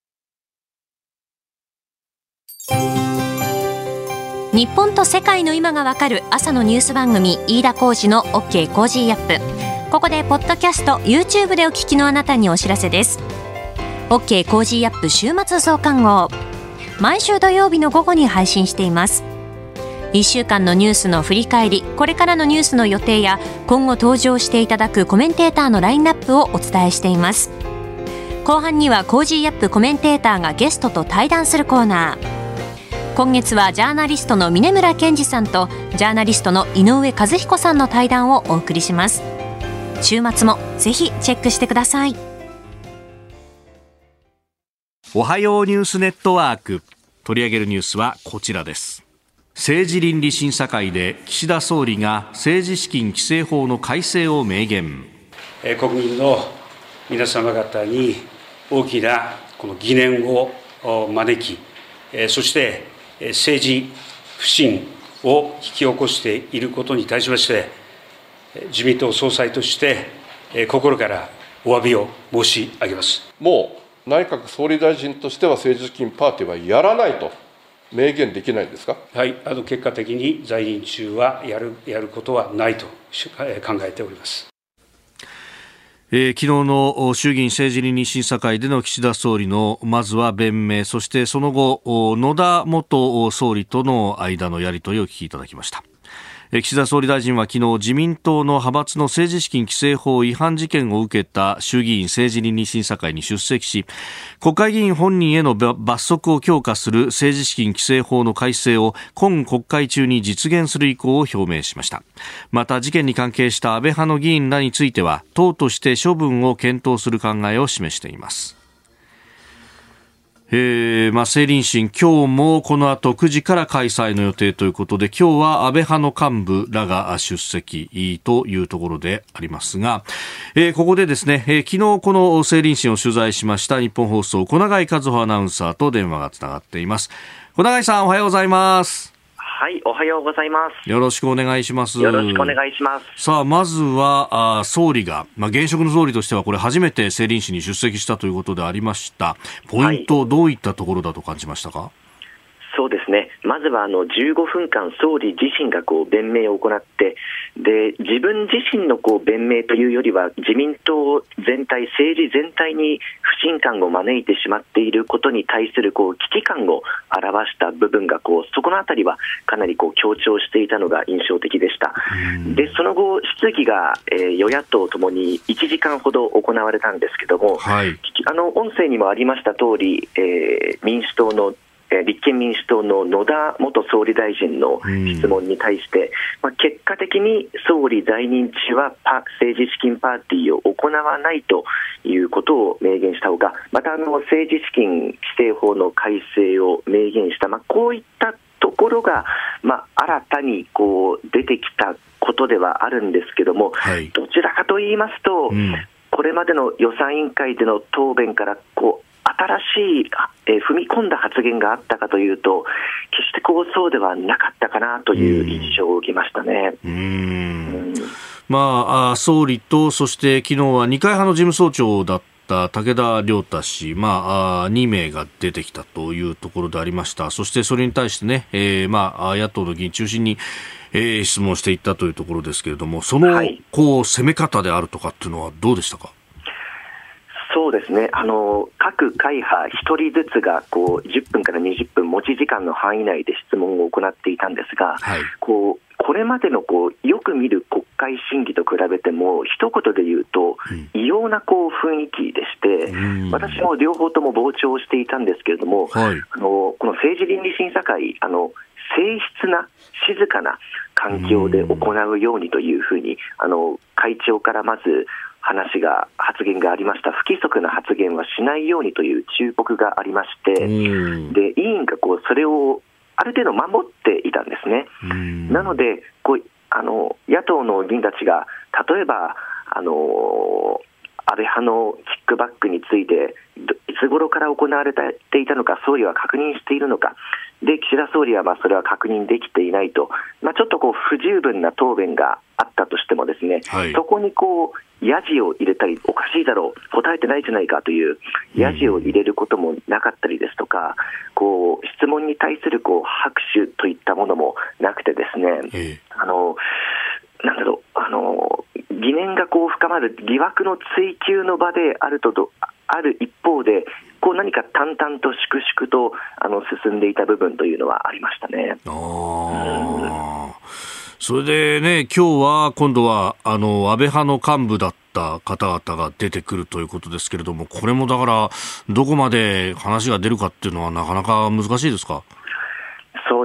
C: 日本と世界の今がわかる朝のニュース番組、飯田浩司の OK コージーアップ。ここでポッドキャスト YouTube でお聞きのあなたにお知らせです。 OK コージーアップ週末増刊号、毎週土曜日の午後に配信しています。いっしゅうかんのニュースの振り返り、これからのニュースの予定や今後登場していただくコメンテーターのラインナップをお伝えしています。後半にはコージーアップコメンテーターがゲストと対談するコーナー、 今月はジャーナリストの峯村健二さんとジャーナリストの井上和彦さんの対談をお送りします。週末もぜひチェックしてください。
B: おはようニュースネットワーク、取り上げるニュースはこちらです。政治倫理審査会で岸田総理が政治資金規正法の改正を明言。
G: 国民の皆様方に大きなこの疑念を招き、そして政治不信を引き起こしていることに対しまして、自民党総裁として心からお詫びを申し上げます。
H: もう内閣総理大臣としては政治資金パーティーはやらないと明言できないんですか。
G: はい、あの結果的に在任中はやる、やることはないと考えております。
B: えー、昨日の衆議院政治倫理審査会での岸田総理のまずは弁明、そしてその後野田元総理との間のやり取りをお聞きいただきました。岸田総理大臣は昨日自民党の派閥の政治資金規正法違反事件を受けた衆議院政治倫理審査会に出席し、国会議員本人への罰則を強化する政治資金規正法の改正を今国会中に実現する意向を表明しました。また事件に関係した安倍派の議員らについては党として処分を検討する考えを示しています。えーまあ、政倫審、今日もこの後くじから開催の予定ということで、今日は安倍派の幹部らが出席というところでありますが、えー、ここでですね、えー、昨日この政倫審を取材しました日本放送小永井和穂アナウンサーと電話がつながっています。小永井さん、おはようございます。
I: はい、おはようございます。
B: よろしくお願いします。
I: よろしくお願いします。
B: さあ、まずはあ総理が、まあ、現職の総理としてはこれ初めて政倫審に出席したということでありました。ポイント、はい、どういったところだと感じましたか。
I: そうですね、まずはあのじゅうごふんかん総理自身がこう弁明を行って、で自分自身のこう弁明というよりは自民党全体、政治全体に不信感を招いてしまっていることに対するこう危機感を表した部分がこうそこのあたりはかなりこう強調していたのが印象的でした。でその後質疑が、えー、与野党ともにいちじかんほど行われたんですけども、はい、あの音声にもありました通り、えー、民主党の立憲民主党の野田元総理大臣の質問に対して、まあ、結果的に総理在任中はパ政治資金パーティーを行わないということを明言したほか、またあの政治資金規正法の改正を明言した、まあ、こういったところが、まあ、新たにこう出てきたことではあるんですけども、はい、どちらかと言いますと、うん、これまでの予算委員会での答弁からこう新しい、えー、踏み込んだ発言があったかというと、決してこうそうではなかったかなという印象を受けましたね。うーん、うん
B: まあ、総理とそして昨日は二階派の事務総長だった武田良太氏、まあ、にめいが出てきたというところでありました。そしてそれに対してね、えーまあ、野党の議員中心に、えー、質問していったというところですけれども、その、はい、こう攻め方であるとかっていうのはどうでしたか。
I: そうですね、あの各会派ひとりずつがこうじゅっぷんからにじゅっぷん持ち時間の範囲内で質問を行っていたんですが、はい、こうこれまでのこうよく見る国会審議と比べても一言で言うと、うん、異様なこう雰囲気でして、うん、私も両方とも傍聴していたんですけれども、はい、あのこの政治倫理審査会、あの静筆な静かな環境で行うようにというふうに、あの会長からまず話が発言がありました。不規則な発言はしないようにという忠告がありまして、で委員がこうそれをある程度守っていたんですね。なのでこうあの野党の議員たちが例えばあの安倍派のキックバックについていつ頃から行われていたのか総理は確認しているのかで、岸田総理はまあそれは確認できていないと、まあ、ちょっとこう不十分な答弁があったとしてもですね、はい、そこにこうヤジを入れたり、おかしいだろう、答えてないじゃないかというヤジを入れることもなかったりですとか、こう質問に対するこう拍手といったものもなくてですね、えー、あのなんだろう、あの疑念がこう深まる疑惑の追及の場であるとどある一方で、こう何か淡々と粛々とあの進んでいた部分というのはありましたね。あ、
B: うん、それでね、今日は今度はあの安倍派の幹部だった方々が出てくるということですけれども、これもだからどこまで話が出るかっていうのはなかなか難しいですか。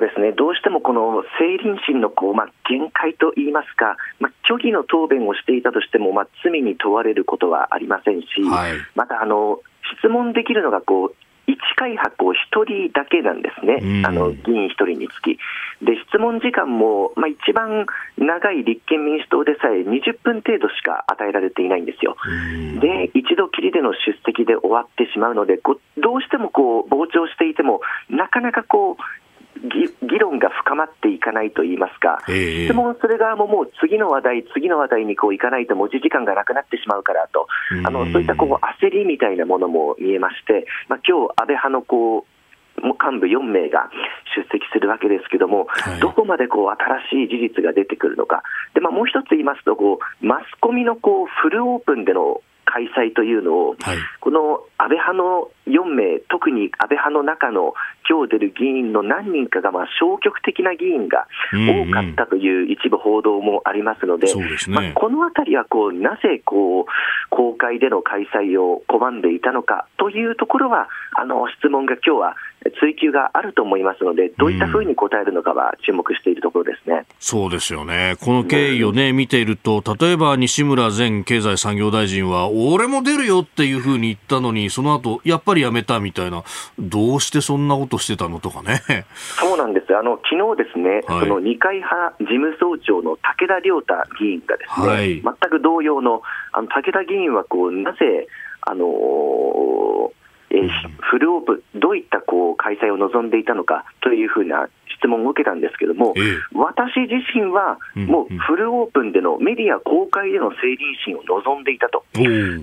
I: ですね、どうしてもこの政倫審のこう、まあ、限界といいますか、まあ、虚偽の答弁をしていたとしても、まあ、罪に問われることはありませんし、はい、またあの質問できるのがこういち会派こうひとりだけなんですね、うん、あの議員ひとりにつきで、質問時間も、まあ、一番長い立憲民主党でさえにじゅっぷん程度しか与えられていないんですよ、うん、で一度きりでの出席で終わってしまうので、こうどうしてもこう傍聴していてもなかなかこう議論が深まっていかないといいますか、えー、質問する側ももう次の話題次の話題にこういかないと持ち時間がなくなってしまうからと、あのそういったこう焦りみたいなものも見えまして、まあ、今日安倍派のこう幹部よんめいが出席するわけですけども、はい、どこまでこう新しい事実が出てくるのかで、まあ、もう一つ言いますとこうマスコミのこうフルオープンでの開催というのを、はい、この安倍派のよんめい、特に安倍派の中の今日出る議員の何人かがまあ消極的な議員が多かったという一部報道もありますので、うんうんねまあ、このあたりはこうなぜこう公開での開催を拒んでいたのかというところはあの質問が今日は追及があると思いますので、どういったふうに答えるのかは注目しているところですね、うん、
B: そうですよね。この経緯を、ね、見ていると、例えば西村前経済産業大臣は俺も出るよっていうふうに言ったのに、その後やっぱりやめたみたいな、どうしてそんなことしてたのとかね。
I: そうなんです。あの昨日ですね、はい、その二階派事務総長の武田良太議員がですね、はい、全く同様の、あの武田議員はこうなぜあのーえー、フルオープンどういったこう開催を望んでいたのかというふうな質問を受けたんですけども、えー、私自身はもうフルオープンでのメディア公開での政倫審を望んでいたと、うん、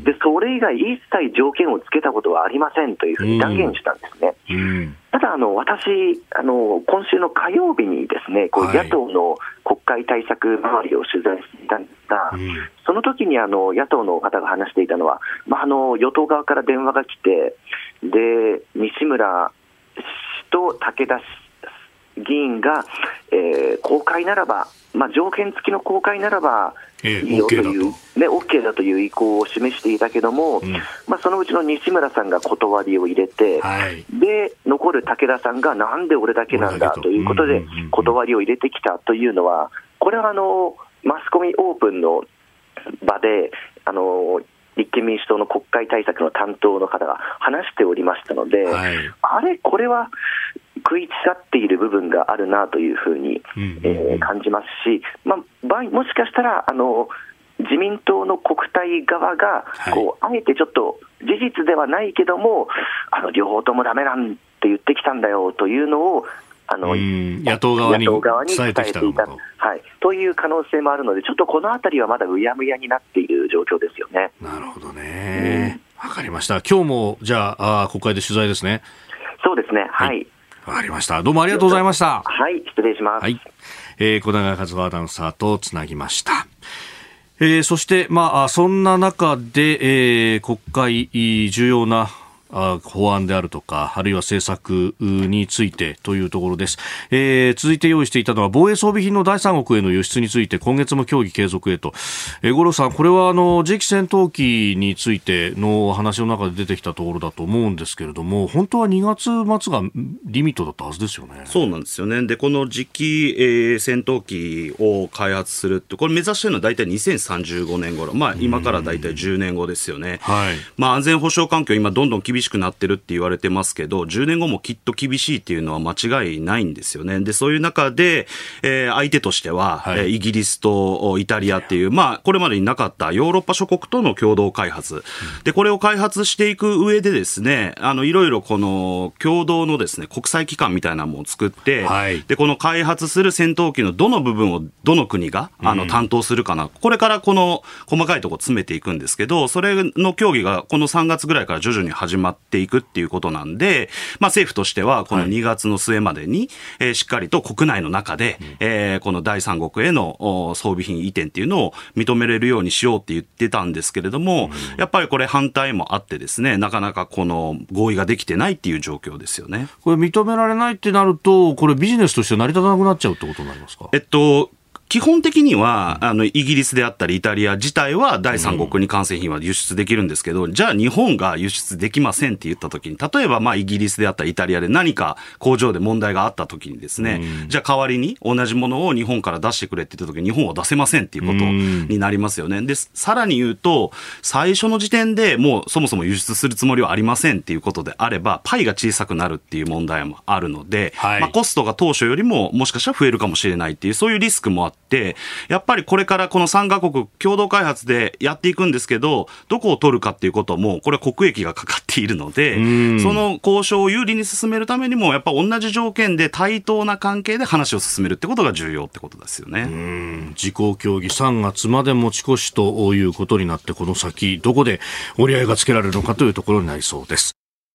I: でそれ以外一切条件をつけたことはありませんというふうに断言したんですね、うんうんただあの私あの今週の火曜日にですねこう野党の国会対策周りを取材していたんですが、はい、その時にあの野党の方が話していたのは、まあ、あの与党側から電話が来て、で西村氏と武田議員が、えー、公開ならば、まあ、条件付きの公開ならばいいよという、ね、OK だという意向を示していたけども、うんまあ、そのうちの西村さんが断りを入れて、はい、で残る武田さんがなんで俺だけなんだということで断りを入れてきたというのは、これはあのマスコミオープンの場であの立憲民主党の国会対策の担当の方が話しておりましたので、はい、あれこれは食い違っている部分があるなというふうに、うんうんうんえー、感じますし、まあ、もしかしたらあの自民党の国対側がこう、はい、あえてちょっと事実ではないけどもあの両方ともダメなんて言ってきたんだよというのをあの
B: 野党側に伝えてきたのかと、
I: はい、という可能性もあるので、ちょっとこのあたりはまだうやむやになっている状況ですよね。
B: なるほどね、わ、うん、かりました。今日もじゃあ、あ国会で取材ですね。
I: そうですね、はい、
B: はいわかりました。どうもありがとうございました。
I: はい、失礼します。
B: はい、えー、小永和夫アナウンサーとつなぎました。えー、そして、まあ、そんな中で、えー、国会重要な法案であるとか、あるいは政策についてというところです。えー、続いて用意していたのは防衛装備品の第三国への輸出について今月も協議継続へと。えー、五郎さん、これはあの次期戦闘機についての話の中で出てきたところだと思うんですけれども、本当はにがつ末がリミットだったはずですよね。
F: そうなんですよね。で、この次期、えー、戦闘機を開発するって、これ目指しているのは大体にせんさんじゅうごねん頃、まあ今から大体じゅうねんごですよね。はい。まあ安全保障環境今どんどん厳しくなってるって言われてますけど、じゅうねんごもきっと厳しいっていうのは間違いないんですよね。で、そういう中で、えー、相手としては、はい、イギリスとイタリアっていう、まあこれまでになかったヨーロッパ諸国との共同開発、うん、でこれを開発していく上でですね、あのいろいろこの共同のですね国際機関みたいなのを作って、はい、でこの開発する戦闘機のどの部分をどの国があの担当するかな、うん、これからこの細かいところ詰めていくんですけど、それの協議がこのさんがつぐらいから徐々に始まっていくっていうことなんで、まあ、政府としてはこのにがつの末までに、はいえー、しっかりと国内の中で、うんえー、この第三国への装備品移転っていうのを認めれるようにしようって言ってたんですけれども、うん、やっぱりこれ反対もあってですね、なかなかこの合意ができてないっていう状況ですよね。
B: これ認められないってなると、これビジネスとして成り立たなくなっちゃうってことになりますか？
F: えっと基本的には、あの、イギリスであったりイタリア自体は第三国に完成品は輸出できるんですけど、うん、じゃあ日本が輸出できませんって言った時に、例えばまあイギリスであったりイタリアで何か工場で問題があった時にですね、うん、じゃあ代わりに同じものを日本から出してくれって言った時に日本は出せませんっていうことになりますよね。で、さらに言うと、最初の時点でもうそもそも輸出するつもりはありませんっていうことであれば、パイが小さくなるっていう問題もあるので、はい、まあコストが当初よりももしかしたら増えるかもしれないっていう、そういうリスクもあって、でやっぱりこれからこのさんカ国共同開発でやっていくんですけど、どこを取るかっていうこともこれは国益がかかっているので、その交渉を有利に進めるためにもやっぱ同じ条件で対等な関係で話を進めるってことが重要ってことですよね。
B: うん、自公協議さんがつまで持ち越しということになって、この先どこで折り合いがつけられるのかというところになりそうです。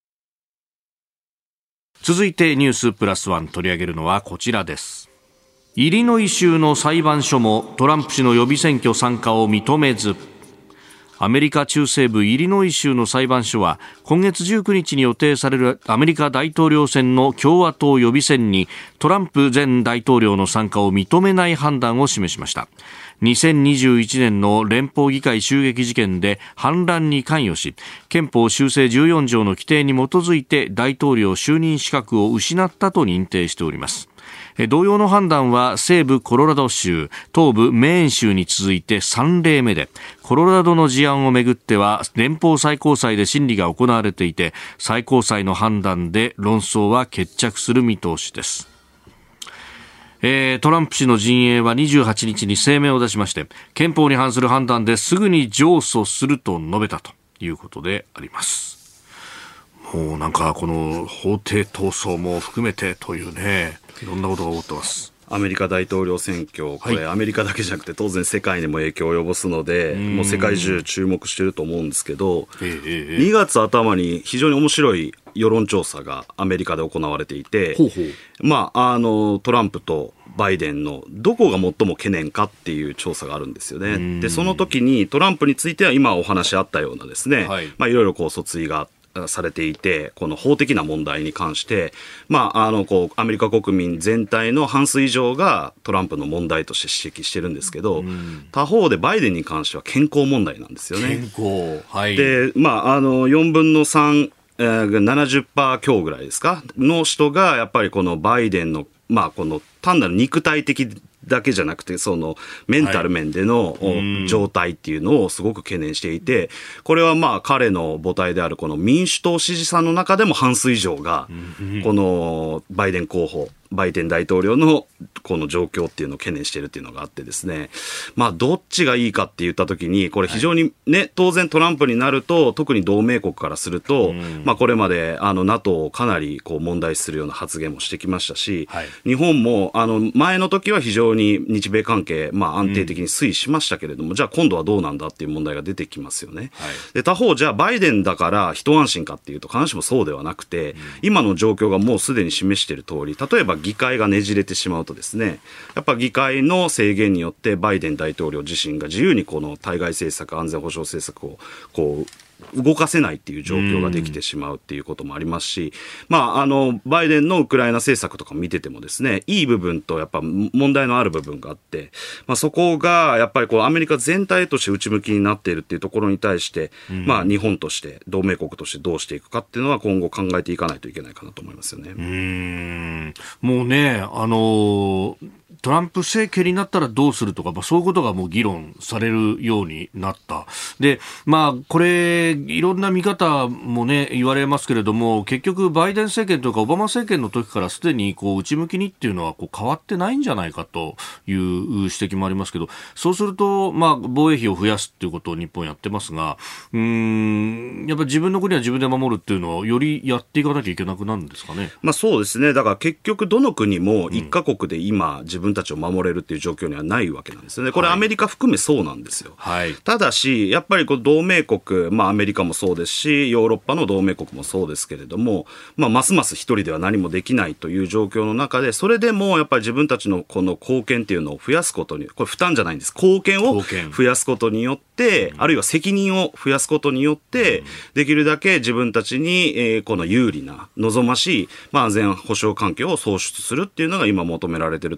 B: 続いてニュースプラスワン取り上げるのはこちらです。イリノイ州の裁判所もトランプ氏の予備選挙参加を認めず。アメリカ中西部イリノイ州の裁判所は今月じゅうくにちに予定されるアメリカ大統領選の共和党予備選にトランプ前大統領の参加を認めない判断を示しました。にせんにじゅういちねんの連邦議会襲撃事件で反乱に関与し、憲法修正じゅうよん条の規定に基づいて大統領就任資格を失ったと認定しております。同様の判断は西部コロラド州、東部メーン州に続いてさん例目で、コロラドの事案をめぐっては連邦最高裁で審理が行われていて、最高裁の判断で論争は決着する見通しです。えー、トランプ氏の陣営はにじゅうはちにちに声明を出しまして、憲法に反する判断ですぐに上訴すると述べたということであります。もうなんかこの法廷闘争も含めてというね、いろんなことが起こってます。
F: アメリカ大統領選挙、これ、はい、アメリカだけじゃなくて当然世界にも影響を及ぼすので、もう世界中注目してると思うんですけど、ええ、にがつ頭に非常に面白い世論調査がアメリカで行われていて、ほうほう、まあ、あのトランプとバイデンのどこが最も懸念かっていう調査があるんですよね。でその時にトランプについては今お話あったようなですね、はい、まあ、いろいろこう訴追があってされていて、この法的な問題に関して、まあ、あのこうアメリカ国民全体の半数以上がトランプの問題として指摘してるんですけど、うん、他方でバイデンに関しては健康問題なんですよね。
B: 健康、はい、
F: で、まあ、あのよんぶんのさん、えー、ななじゅっパーセント 強ぐらいですかの人がやっぱりこのバイデンの、まあ、この単なる肉体的だけじゃなくてそのメンタル面での状態っていうのをすごく懸念していて、これはまあ彼の母体であるこの民主党支持者の中でも半数以上がこのバイデン候補、バイデン大統領のこの状況っていうのを懸念しているっていうのがあってですね、まあどっちがいいかって言ったときにこれ非常にね、当然トランプになると特に同盟国からすると、まあこれまであの NATO をかなりこう問題視するような発言もしてきましたし、日本もあの前の時は非常に日米関係まあ安定的に推移しましたけれども、じゃあ今度はどうなんだっていう問題が出てきますよね。で他方じゃあバイデンだから一安心かっていうと必ずしもそうではなくて、今の状況がもうすでに示している通り、例えば議会がねじれてしまうとですね、やっぱ議会の制限によってバイデン大統領自身が自由にこの対外政策、安全保障政策をこう動かせないっていう状況ができてしまうっていうこともありますし、まあ、あのバイデンのウクライナ政策とか見ててもですね、いい部分とやっぱ問題のある部分があって、まあ、そこがやっぱりこうアメリカ全体として内向きになっているっていうところに対して、まあ、日本として同盟国としてどうしていくかっていうのは今後考えていかないといけないかなと思いますよね。
B: うーん、もうね、あのトランプ政権になったらどうするとか、まあ、そういうことがもう議論されるようになった。で、まあ、これいろんな見方もね言われますけれども、結局バイデン政権とかオバマ政権の時からすでにこう内向きにっていうのはこう変わってないんじゃないかという指摘もありますけど、そうすると、まあ、防衛費を増やすっていうことを日本やってますが、うーん、やっぱり自分の国は自分で守るっていうのをよりやっていかなきゃいけなくなるんですかね。
F: まあ、そうですね。だから結局どの国も一カ国で今自分たちを守れるっていう状況にはないわけなんですよね。これアメリカ含めそうなんですよ。はい、ただしやっぱりこう同盟国、まあ、アメリカもそうですしヨーロッパの同盟国もそうですけれども、まあ、ますます一人では何もできないという状況の中で、それでもやっぱり自分たちのこの貢献っていうのを増やすことに、これ負担じゃないんです、貢献を増やすことによって、あるいは責任を増やすことによって、できるだけ自分たちに、えー、この有利な望ましい、まあ、安全保障環境を創出するっていうのが今求められていると思います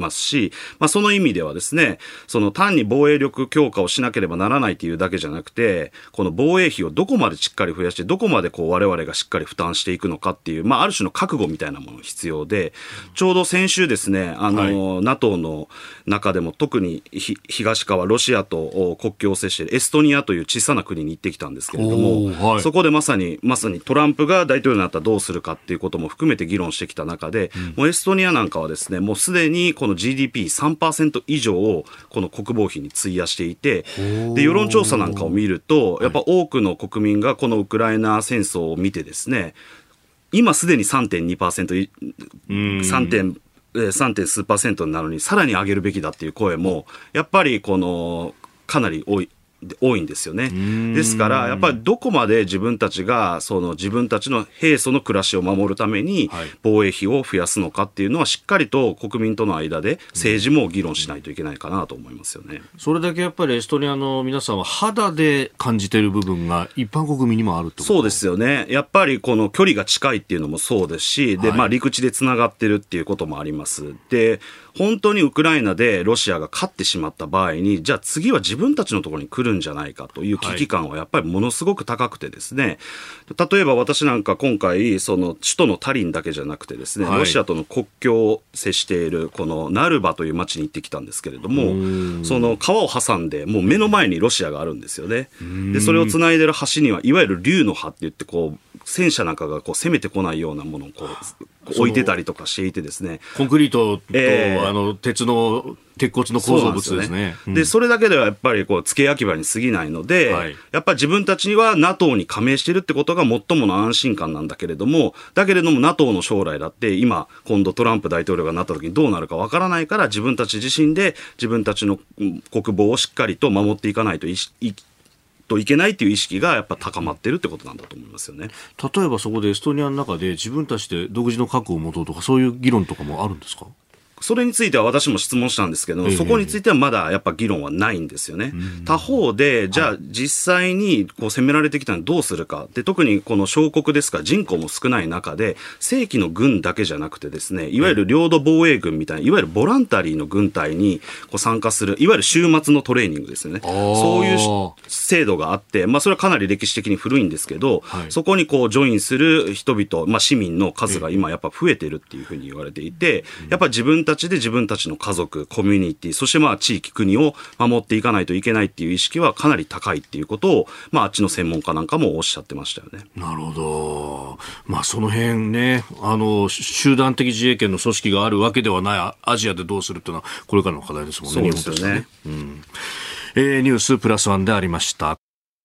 F: ますし、まあ、その意味ではですね、その単に防衛力強化をしなければならないというだけじゃなくて、この防衛費をどこまでしっかり増やして、どこまでこう我々がしっかり負担していくのかっていう、まあ、ある種の覚悟みたいなものが必要で、ちょうど先週ですね、あの、はい、NATO の中でも特に東側、ロシアと国境を接しているエストニアという小さな国に行ってきたんですけれども、はい、そこでまさに、まさにトランプが大統領になったらどうするかっていうことも含めて議論してきた中で、うん、もうエストニアなんかはですね、もうすでにこの ジーディーピーさんパーセント 以上をこの国防費に費やしていて、で世論調査なんかを見ると、やっぱ多くの国民がこのウクライナ戦争を見てですね、今すでに さんてんにパーセント、さんてんさん. 点数パーセントになるのにさらに上げるべきだっていう声もやっぱりこのかなり多い多いんですよね。ですからやっぱりどこまで自分たちがその自分たちの平素の暮らしを守るために防衛費を増やすのかっていうのはしっかりと国民との間で政治も議論しないといけないかなと思いますよね。
B: それだけやっぱりエストニアの皆さんは肌で感じている部分が一般国民にもあるってこと？
F: そうですよね。やっぱりこの距離が近いっていうのもそうですし、で、まあ、陸地でつながってるっていうこともあります。で本当にウクライナでロシアが勝ってしまった場合に、じゃあ次は自分たちのところに来るんじゃないかという危機感はやっぱりものすごく高くてですね、はい、例えば私なんか今回その首都のタリンだけじゃなくてですね、はい、ロシアとの国境を接しているこのナルバという町に行ってきたんですけれども、その川を挟んでもう目の前にロシアがあるんですよね。でそれをつないでる橋にはいわゆる竜の歯って言ってこう戦車なんかがこう攻めてこないようなものをこう置いてたりとかしていてですね、
B: コンクリートと、えー、あの鉄の鉄骨の構造物ですね。
F: そで、それだけではやっぱりこう付け焼き場に過ぎないので、はい、やっぱり自分たちには NATO に加盟しているってことが最もの安心感なんだけれども、だけれども NATO の将来だって今今度トランプ大統領がなった時にどうなるかわからないから、自分たち自身で自分たちの国防をしっかりと守っていかないといいといけないという意識がやっぱ高まっているってことなんだと思いますよね。
B: 例えばそこでエストニアの中で自分たちで独自の核を持とうとか、そういう議論とかもあるんですか？
F: それについては私も質問したんですけど、ええ、そこについてはまだやっぱ議論はないんですよね。うん、他方でじゃあ実際にこう攻められてきたのにどうするかで、特にこの小国ですから人口も少ない中で正規の軍だけじゃなくてですね、いわゆる領土防衛軍みたいな、いわゆるボランタリーの軍隊にこう参加する、いわゆる週末のトレーニングですよね。そういう制度があって、まあ、それはかなり歴史的に古いんですけど、はい、そこにこうジョインする人々、まあ、市民の数が今やっぱ増えてるっていうふうに言われていて、やっぱ自分たちで自分たちの家族、コミュニティ、そしてまあ地域、国を守っていかないといけないっていう意識はかなり高いっていうことを、まあ、あっちの専門家なんかもおっしゃってましたよね。
B: なるほど。まあ、その辺ね、あの集団的自衛権の組織があるわけではないアジアでどうするっていうのはこれからの課題ですもんね。
F: そうですよね。
B: うん、えー、ニュースプラスワンでありました。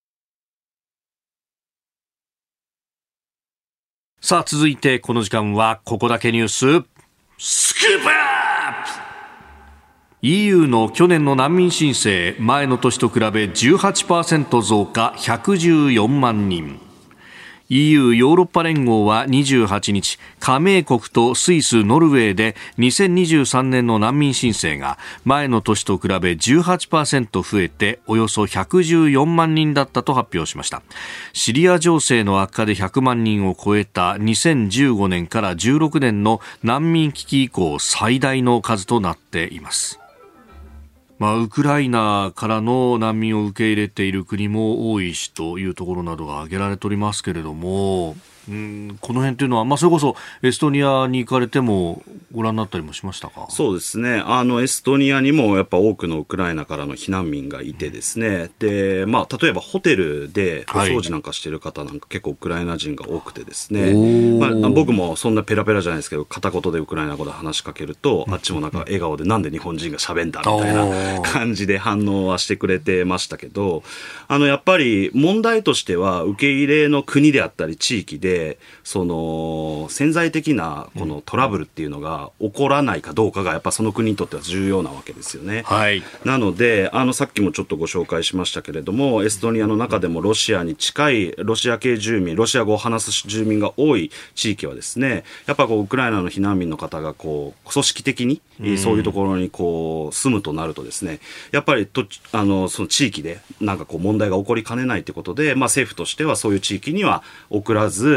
B: さあ続いてこの時間はここだけニューススクープアップ。 イーユー の去年の難民申請、前の年と比べ じゅうはちパーセント 増加、ひゃくじゅうよんまんにん。 イーユー ヨーロッパ連合はにじゅうはちにち、加盟国とスイス、ノルウェーでにせんにじゅうさんねんの難民申請が前の年と比べ じゅうはちパーセント 増えておよそひゃくじゅうよんまんにんだったと発表しました。シリア情勢の悪化でひゃくまんにんを超えたにせんじゅうごねんからじゅうろくねんの難民危機以降最大の数となっています。まあ、ウクライナからの難民を受け入れている国も多いしというところなどが挙げられておりますけれども、うん、この辺というのは、まあ、それこそエストニアに行かれてもご覧になったりもしましたか？
F: そうですね、あのエストニアにもやっぱ多くのウクライナからの避難民がいてですね、で、まあ、例えばホテルでお掃除なんかしている方なんか結構ウクライナ人が多くてですね、まあ、僕もそんなペラペラじゃないですけど片言でウクライナ語で話しかけると、あっちもなんか笑顔でなんで日本人が喋んだみたいな感じで反応はしてくれてましたけど、あのやっぱり問題としては受け入れの国であったり地域でその潜在的なこのトラブルっていうのが起こらないかどうかがやっぱその国にとっては重要なわけですよね。
B: はい、
F: なのであのさっきもちょっとご紹介しましたけれども、エストニアの中でもロシアに近いロシア系住民、ロシア語を話す住民が多い地域はですね、やっぱこうウクライナの避難民の方がこう組織的にそういうところにこう住むとなるとですね、やっぱりとあのその地域でなんかこう問題が起こりかねないということで、まあ、政府としてはそういう地域には送らず、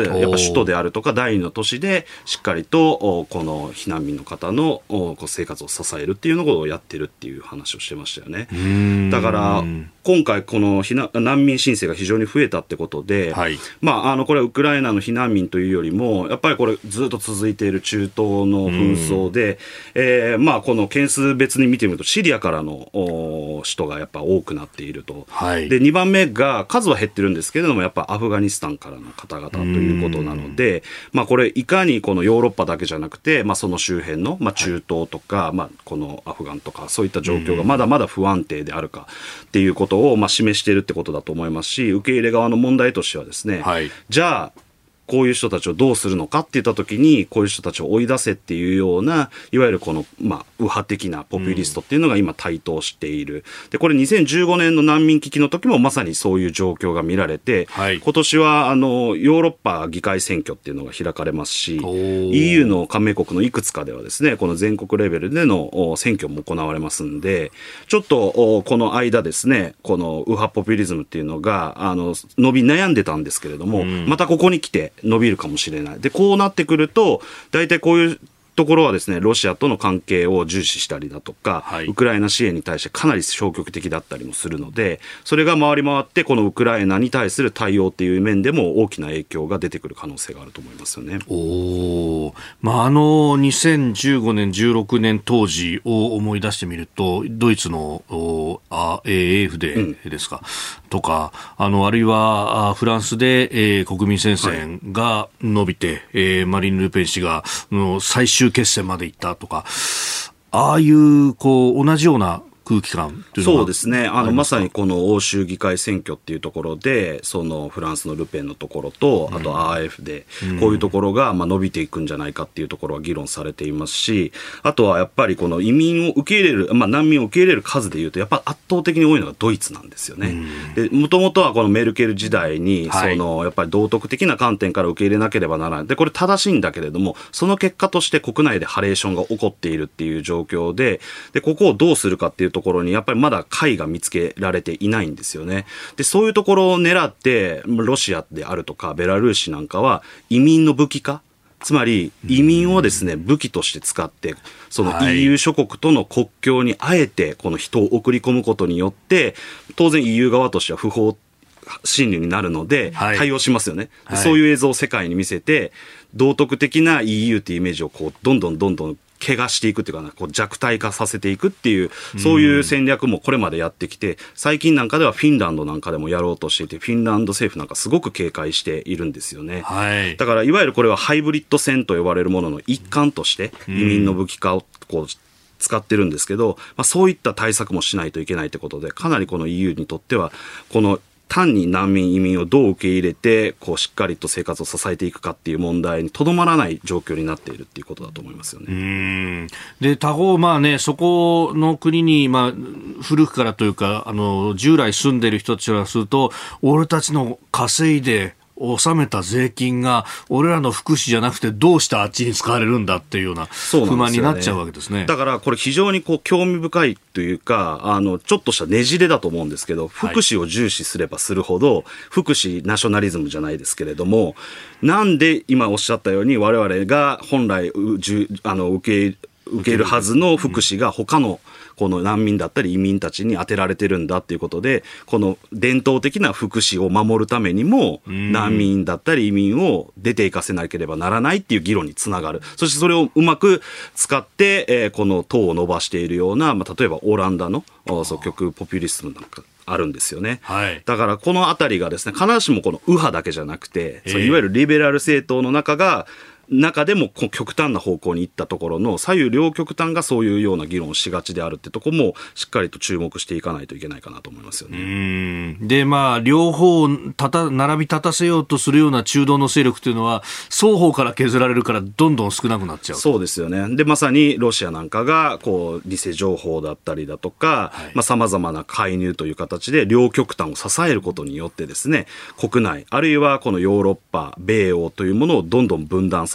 F: やっぱ首都であるとか第二の都市でしっかりとこの避難民の方のこう生活を支えるっていうのをやってるっていう話をしてましたよね。だから今回この避難難民申請が非常に増えたってことで、はい、まあ、あのこれはウクライナの避難民というよりもやっぱりこれずっと続いている中東の紛争で、えーまあ、この件数別に見てみるとシリアからの人がやっぱ多くなっていると、はい、でにばんめが数は減ってるんですけれどもやっぱアフガニスタンからの方々ということなので、まあ、これいかにこのヨーロッパだけじゃなくて、まあ、その周辺の、まあ、中東とか、はい、まあ、このアフガンとかそういった状況がまだまだ不安定であるかっていうことをまあ示しているってことだと思いますし、受け入れ側の問題としてはですね、はい、じゃあこういう人たちをどうするのかって言ったときにこういう人たちを追い出せっていうようないわゆるこの、まあ、右派的なポピュリストっていうのが今台頭している、うん、でこれにせんじゅうごねんの難民危機の時もまさにそういう状況が見られて、はい、今年はあのヨーロッパ議会選挙っていうのが開かれますし イーユー の加盟国のいくつかではですねこの全国レベルでの選挙も行われますんでちょっとこの間ですねこの右派ポピュリズムっていうのがあの伸び悩んでたんですけれども、うん、またここに来て伸びるかもしれない。でこうなってくると大体こういうところはですねロシアとの関係を重視したりだとか、はい、ウクライナ支援に対してかなり消極的だったりもするのでそれが回り回ってこのウクライナに対する対応っていう面でも大きな影響が出てくる可能性があると思いますよね。
B: お、まあ、あのにせんじゅうごねんじゅうろくねん当時を思い出してみるとドイツのあ エーエフ でですか、うん、とかあのあるいはあフランスで、えー、国民戦線が伸びて、はい、えー、マリン・ルペン氏がの最終決戦まで行ったとかああいうこう同じような空気感というのが
F: そうですねあのまさにこの欧州議会選挙っていうところでそのフランスのルペンのところとあと アーエフ でこういうところがまあ伸びていくんじゃないかっていうところは議論されていますしあとはやっぱりこの移民を受け入れる、まあ、難民を受け入れる数でいうとやっぱ圧倒的に多いのがドイツなんですよね。もともとはこのメルケル時代にそのやっぱり道徳的な観点から受け入れなければならないでこれ正しいんだけれどもその結果として国内でハレーションが起こっているっていう状況で、でここをどうするかっていうところにやっぱりまだ解が見つけられていないんですよね。でそういうところを狙ってロシアであるとかベラルーシなんかは移民の武器化つまり移民をですね武器として使ってその イーユー 諸国との国境にあえてこの人を送り込むことによって当然 イーユー 側としては不法侵入になるので対応しますよね、はい、そういう映像を世界に見せて道徳的な イーユー というイメージをこうどんどんどんどん怪我していくっていうかなこう弱体化させていくっていうそういう戦略もこれまでやってきて最近なんかではフィンランドなんかでもやろうとしていてフィンランド政府なんかすごく警戒しているんですよね、はい、だからいわゆるこれはハイブリッド戦と呼ばれるものの一環として移民の武器化をこう使ってるんですけど、まあ、そういった対策もしないといけないということでかなりこの イーユー にとってはこの単に難民移民をどう受け入れてこうしっかりと生活を支えていくかっていう問題にとどまらない状況になっているっていうことだと思いますよね。
B: うんで他方まあねそこの国にまあ古くからというかあの従来住んでいる人たちからすると俺たちの稼いで納めた税金が俺らの福祉じゃなくてどうしてあっちに使われるんだっていうような不満になっちゃうわけですね。
F: だからこれ非常にこう興味深いというかあのちょっとしたねじれだと思うんですけど福祉を重視すればするほど、はい、福祉ナショナリズムじゃないですけれどもなんで今おっしゃったように我々が本来うじゅあの受け受けるはずの福祉が他のこの難民だったり移民たちに当てられてるんだっていうことでこの伝統的な福祉を守るためにも難民だったり移民を出ていかせなければならないっていう議論につながる。そしてそれをうまく使って、えー、この党を伸ばしているような、まあ、例えばオランダのそう極右ポピュリストなんかあるんですよね、はい、だからこのあたりがですね必ずしもこの右派だけじゃなくてそういわゆるリベラル政党の中が中でも極端な方向に行ったところの左右両極端がそういうような議論をしがちであるってところもしっかりと注目していかないといけないかなと思いますよね。
B: うんでまあ両方をたた並び立たせようとするような中道の勢力というのは双方から削られるからどんどん少なくなっちゃう。
F: そうですよね。でまさにロシアなんかがこう偽情報だったりだとかさまざ、まな介入という形で両極端を支えることによってですね国内あるいはこのヨーロッパ米欧というものをどんどん分断させ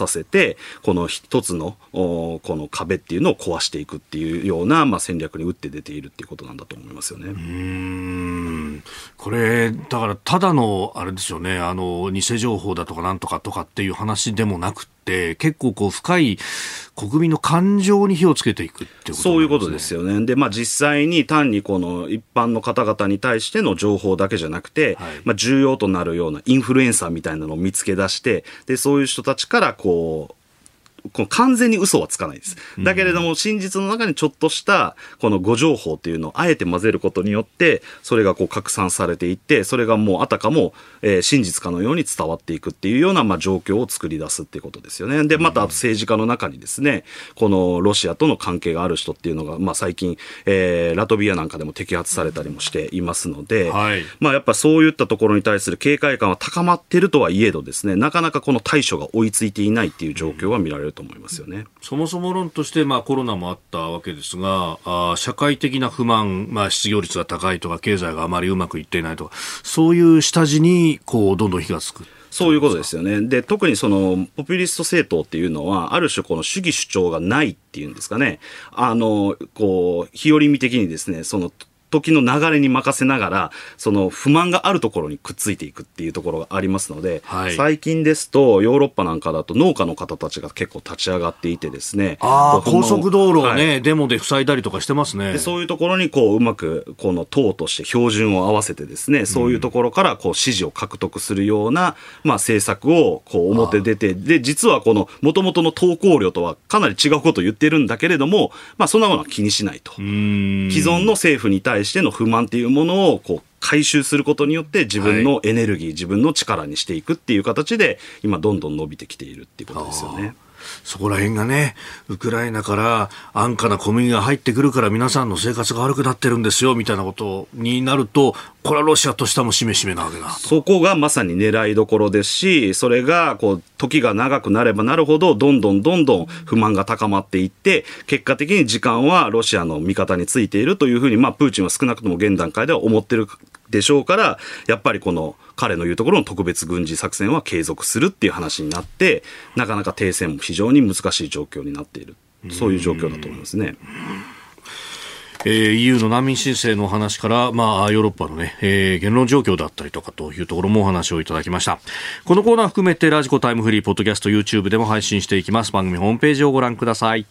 F: せてこの一つのこの壁っていうのを壊していくっていうような、まあ、戦略に打って出ているっていうことなんだと思いますよね。
B: うーんこれだからただのあれですよね、あの偽情報だとかなんとかとかっていう話でもなくて、結構こう深い国民の感情に火をつけていくっていうことなんですね。
F: そういうことですよね。で、まあ、実際に単にこの一般の方々に対しての情報だけじゃなくて、はい、まあ、重要となるようなインフルエンサーみたいなのを見つけ出して、でそういう人たちからこうこの完全に嘘はつかないです。だけれども真実の中にちょっとしたこの誤情報っていうのをあえて混ぜることによってそれがこう拡散されていって、それがもうあたかも、えー、真実かのように伝わっていくっていうような、まあ、状況を作り出すっていうことですよね。でまた政治家の中にですね、このロシアとの関係がある人っていうのが、まあ、最近、えー、ラトビアなんかでも摘発されたりもしていますので、はい、まあ、やっぱそういったところに対する警戒感は高まっているとはいえどですね、なかなかこの対処が追いついていないっていう状況は見られると思いますよね。
B: そもそも論として、まあ、コロナもあったわけですが、あ社会的な不満、まあ、失業率が高いとか経済があまりうまくいっていないとか、そういう下地にこうどんどん火がつく。
F: そういうことですよね。で特にそのポピュリスト政党っていうのはある種この主義主張がないっていうんですかね、あのこう日和見的にですね、その時の流れに任せながらその不満があるところにくっついていくっていうところがありますので、はい、最近ですとヨーロッパなんかだと農家の方たちが結構立ち上がっていてですね、
B: あ高速道路をね、はい、デモで塞いだりとかしてますね。
F: でそういうところにこううまくこの党として標準を合わせてですね、そういうところからこう支持を獲得するような、まあ、政策をこう表出て、で実はこの元々の投稿量とはかなり違うことを言ってるんだけれども、まあ、そんなものは気にしないと。うーん既存の政府に対しての不満っていうものをこう回収することによって自分のエネルギー、はい、自分の力にしていくっていう形で今どんどん伸びてきているっていうことですよね。
B: そこら辺がね、ウクライナから安価な小麦が入ってくるから皆さんの生活が悪くなってるんですよみたいなことになると、これはロシアとしてもしめしめなわけだと。
F: そこがまさに狙いどころですし、それがこう時が長くなればなるほどどんどんどんどん不満が高まっていって、結果的に時間はロシアの味方についているというふうに、まあ、プーチンは少なくとも現段階では思ってるでしょうから、やっぱりこの彼の言うところの特別軍事作戦は継続するっていう話になって、なかなか停戦も非常に難しい状況になっている、そういう状況だと思いますね。
B: えー、イーユー の難民申請の話から、まあ、ヨーロッパのね、えー、言論状況だったりとかというところもお話をいただきました。このコーナー含めてラジコタイムフリーポッドキャスト YouTube でも配信していきます。番組ホームページをご覧ください。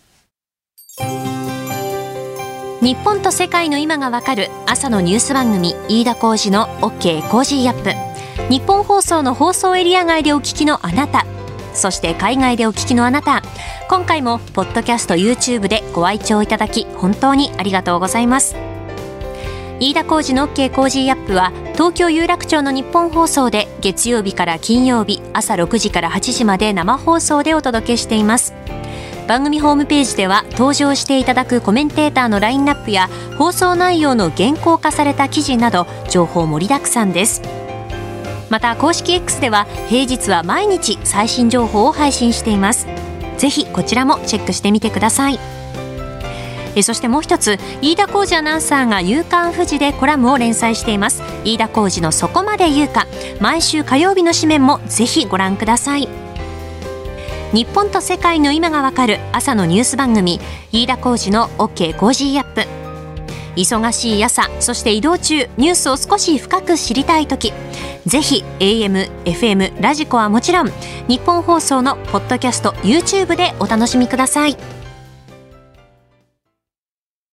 C: 日本と世界の今がわかる朝のニュース番組、飯田浩司の OK コージーアップ。日本放送の放送エリア外でお聞きのあなた、そして海外でお聞きのあなた、今回もポッドキャスト YouTube でご愛聴いただき本当にありがとうございます。飯田浩司の OK コージーアップは東京有楽町の日本放送で月曜日から金曜日朝ろくじからはちじまで生放送でお届けしています。番組ホームページでは登場していただくコメンテーターのラインナップや放送内容の原稿化された記事など情報盛りだくさんです。また公式 X では平日は毎日最新情報を配信しています。ぜひこちらもチェックしてみてください。えそしてもう一つ、飯田浩司アナウンサーが夕刊フジでコラムを連載しています。飯田浩司のそこまで言うか、毎週火曜日の紙面もぜひご覧ください。日本と世界の今がわかる朝のニュース番組、飯田浩司の OK コージーアップ。忙しい朝、そして移動中、ニュースを少し深く知りたいとき、ぜひ エーエム、エフエム、ラジコはもちろん日本放送のポッドキャスト YouTube でお楽しみください。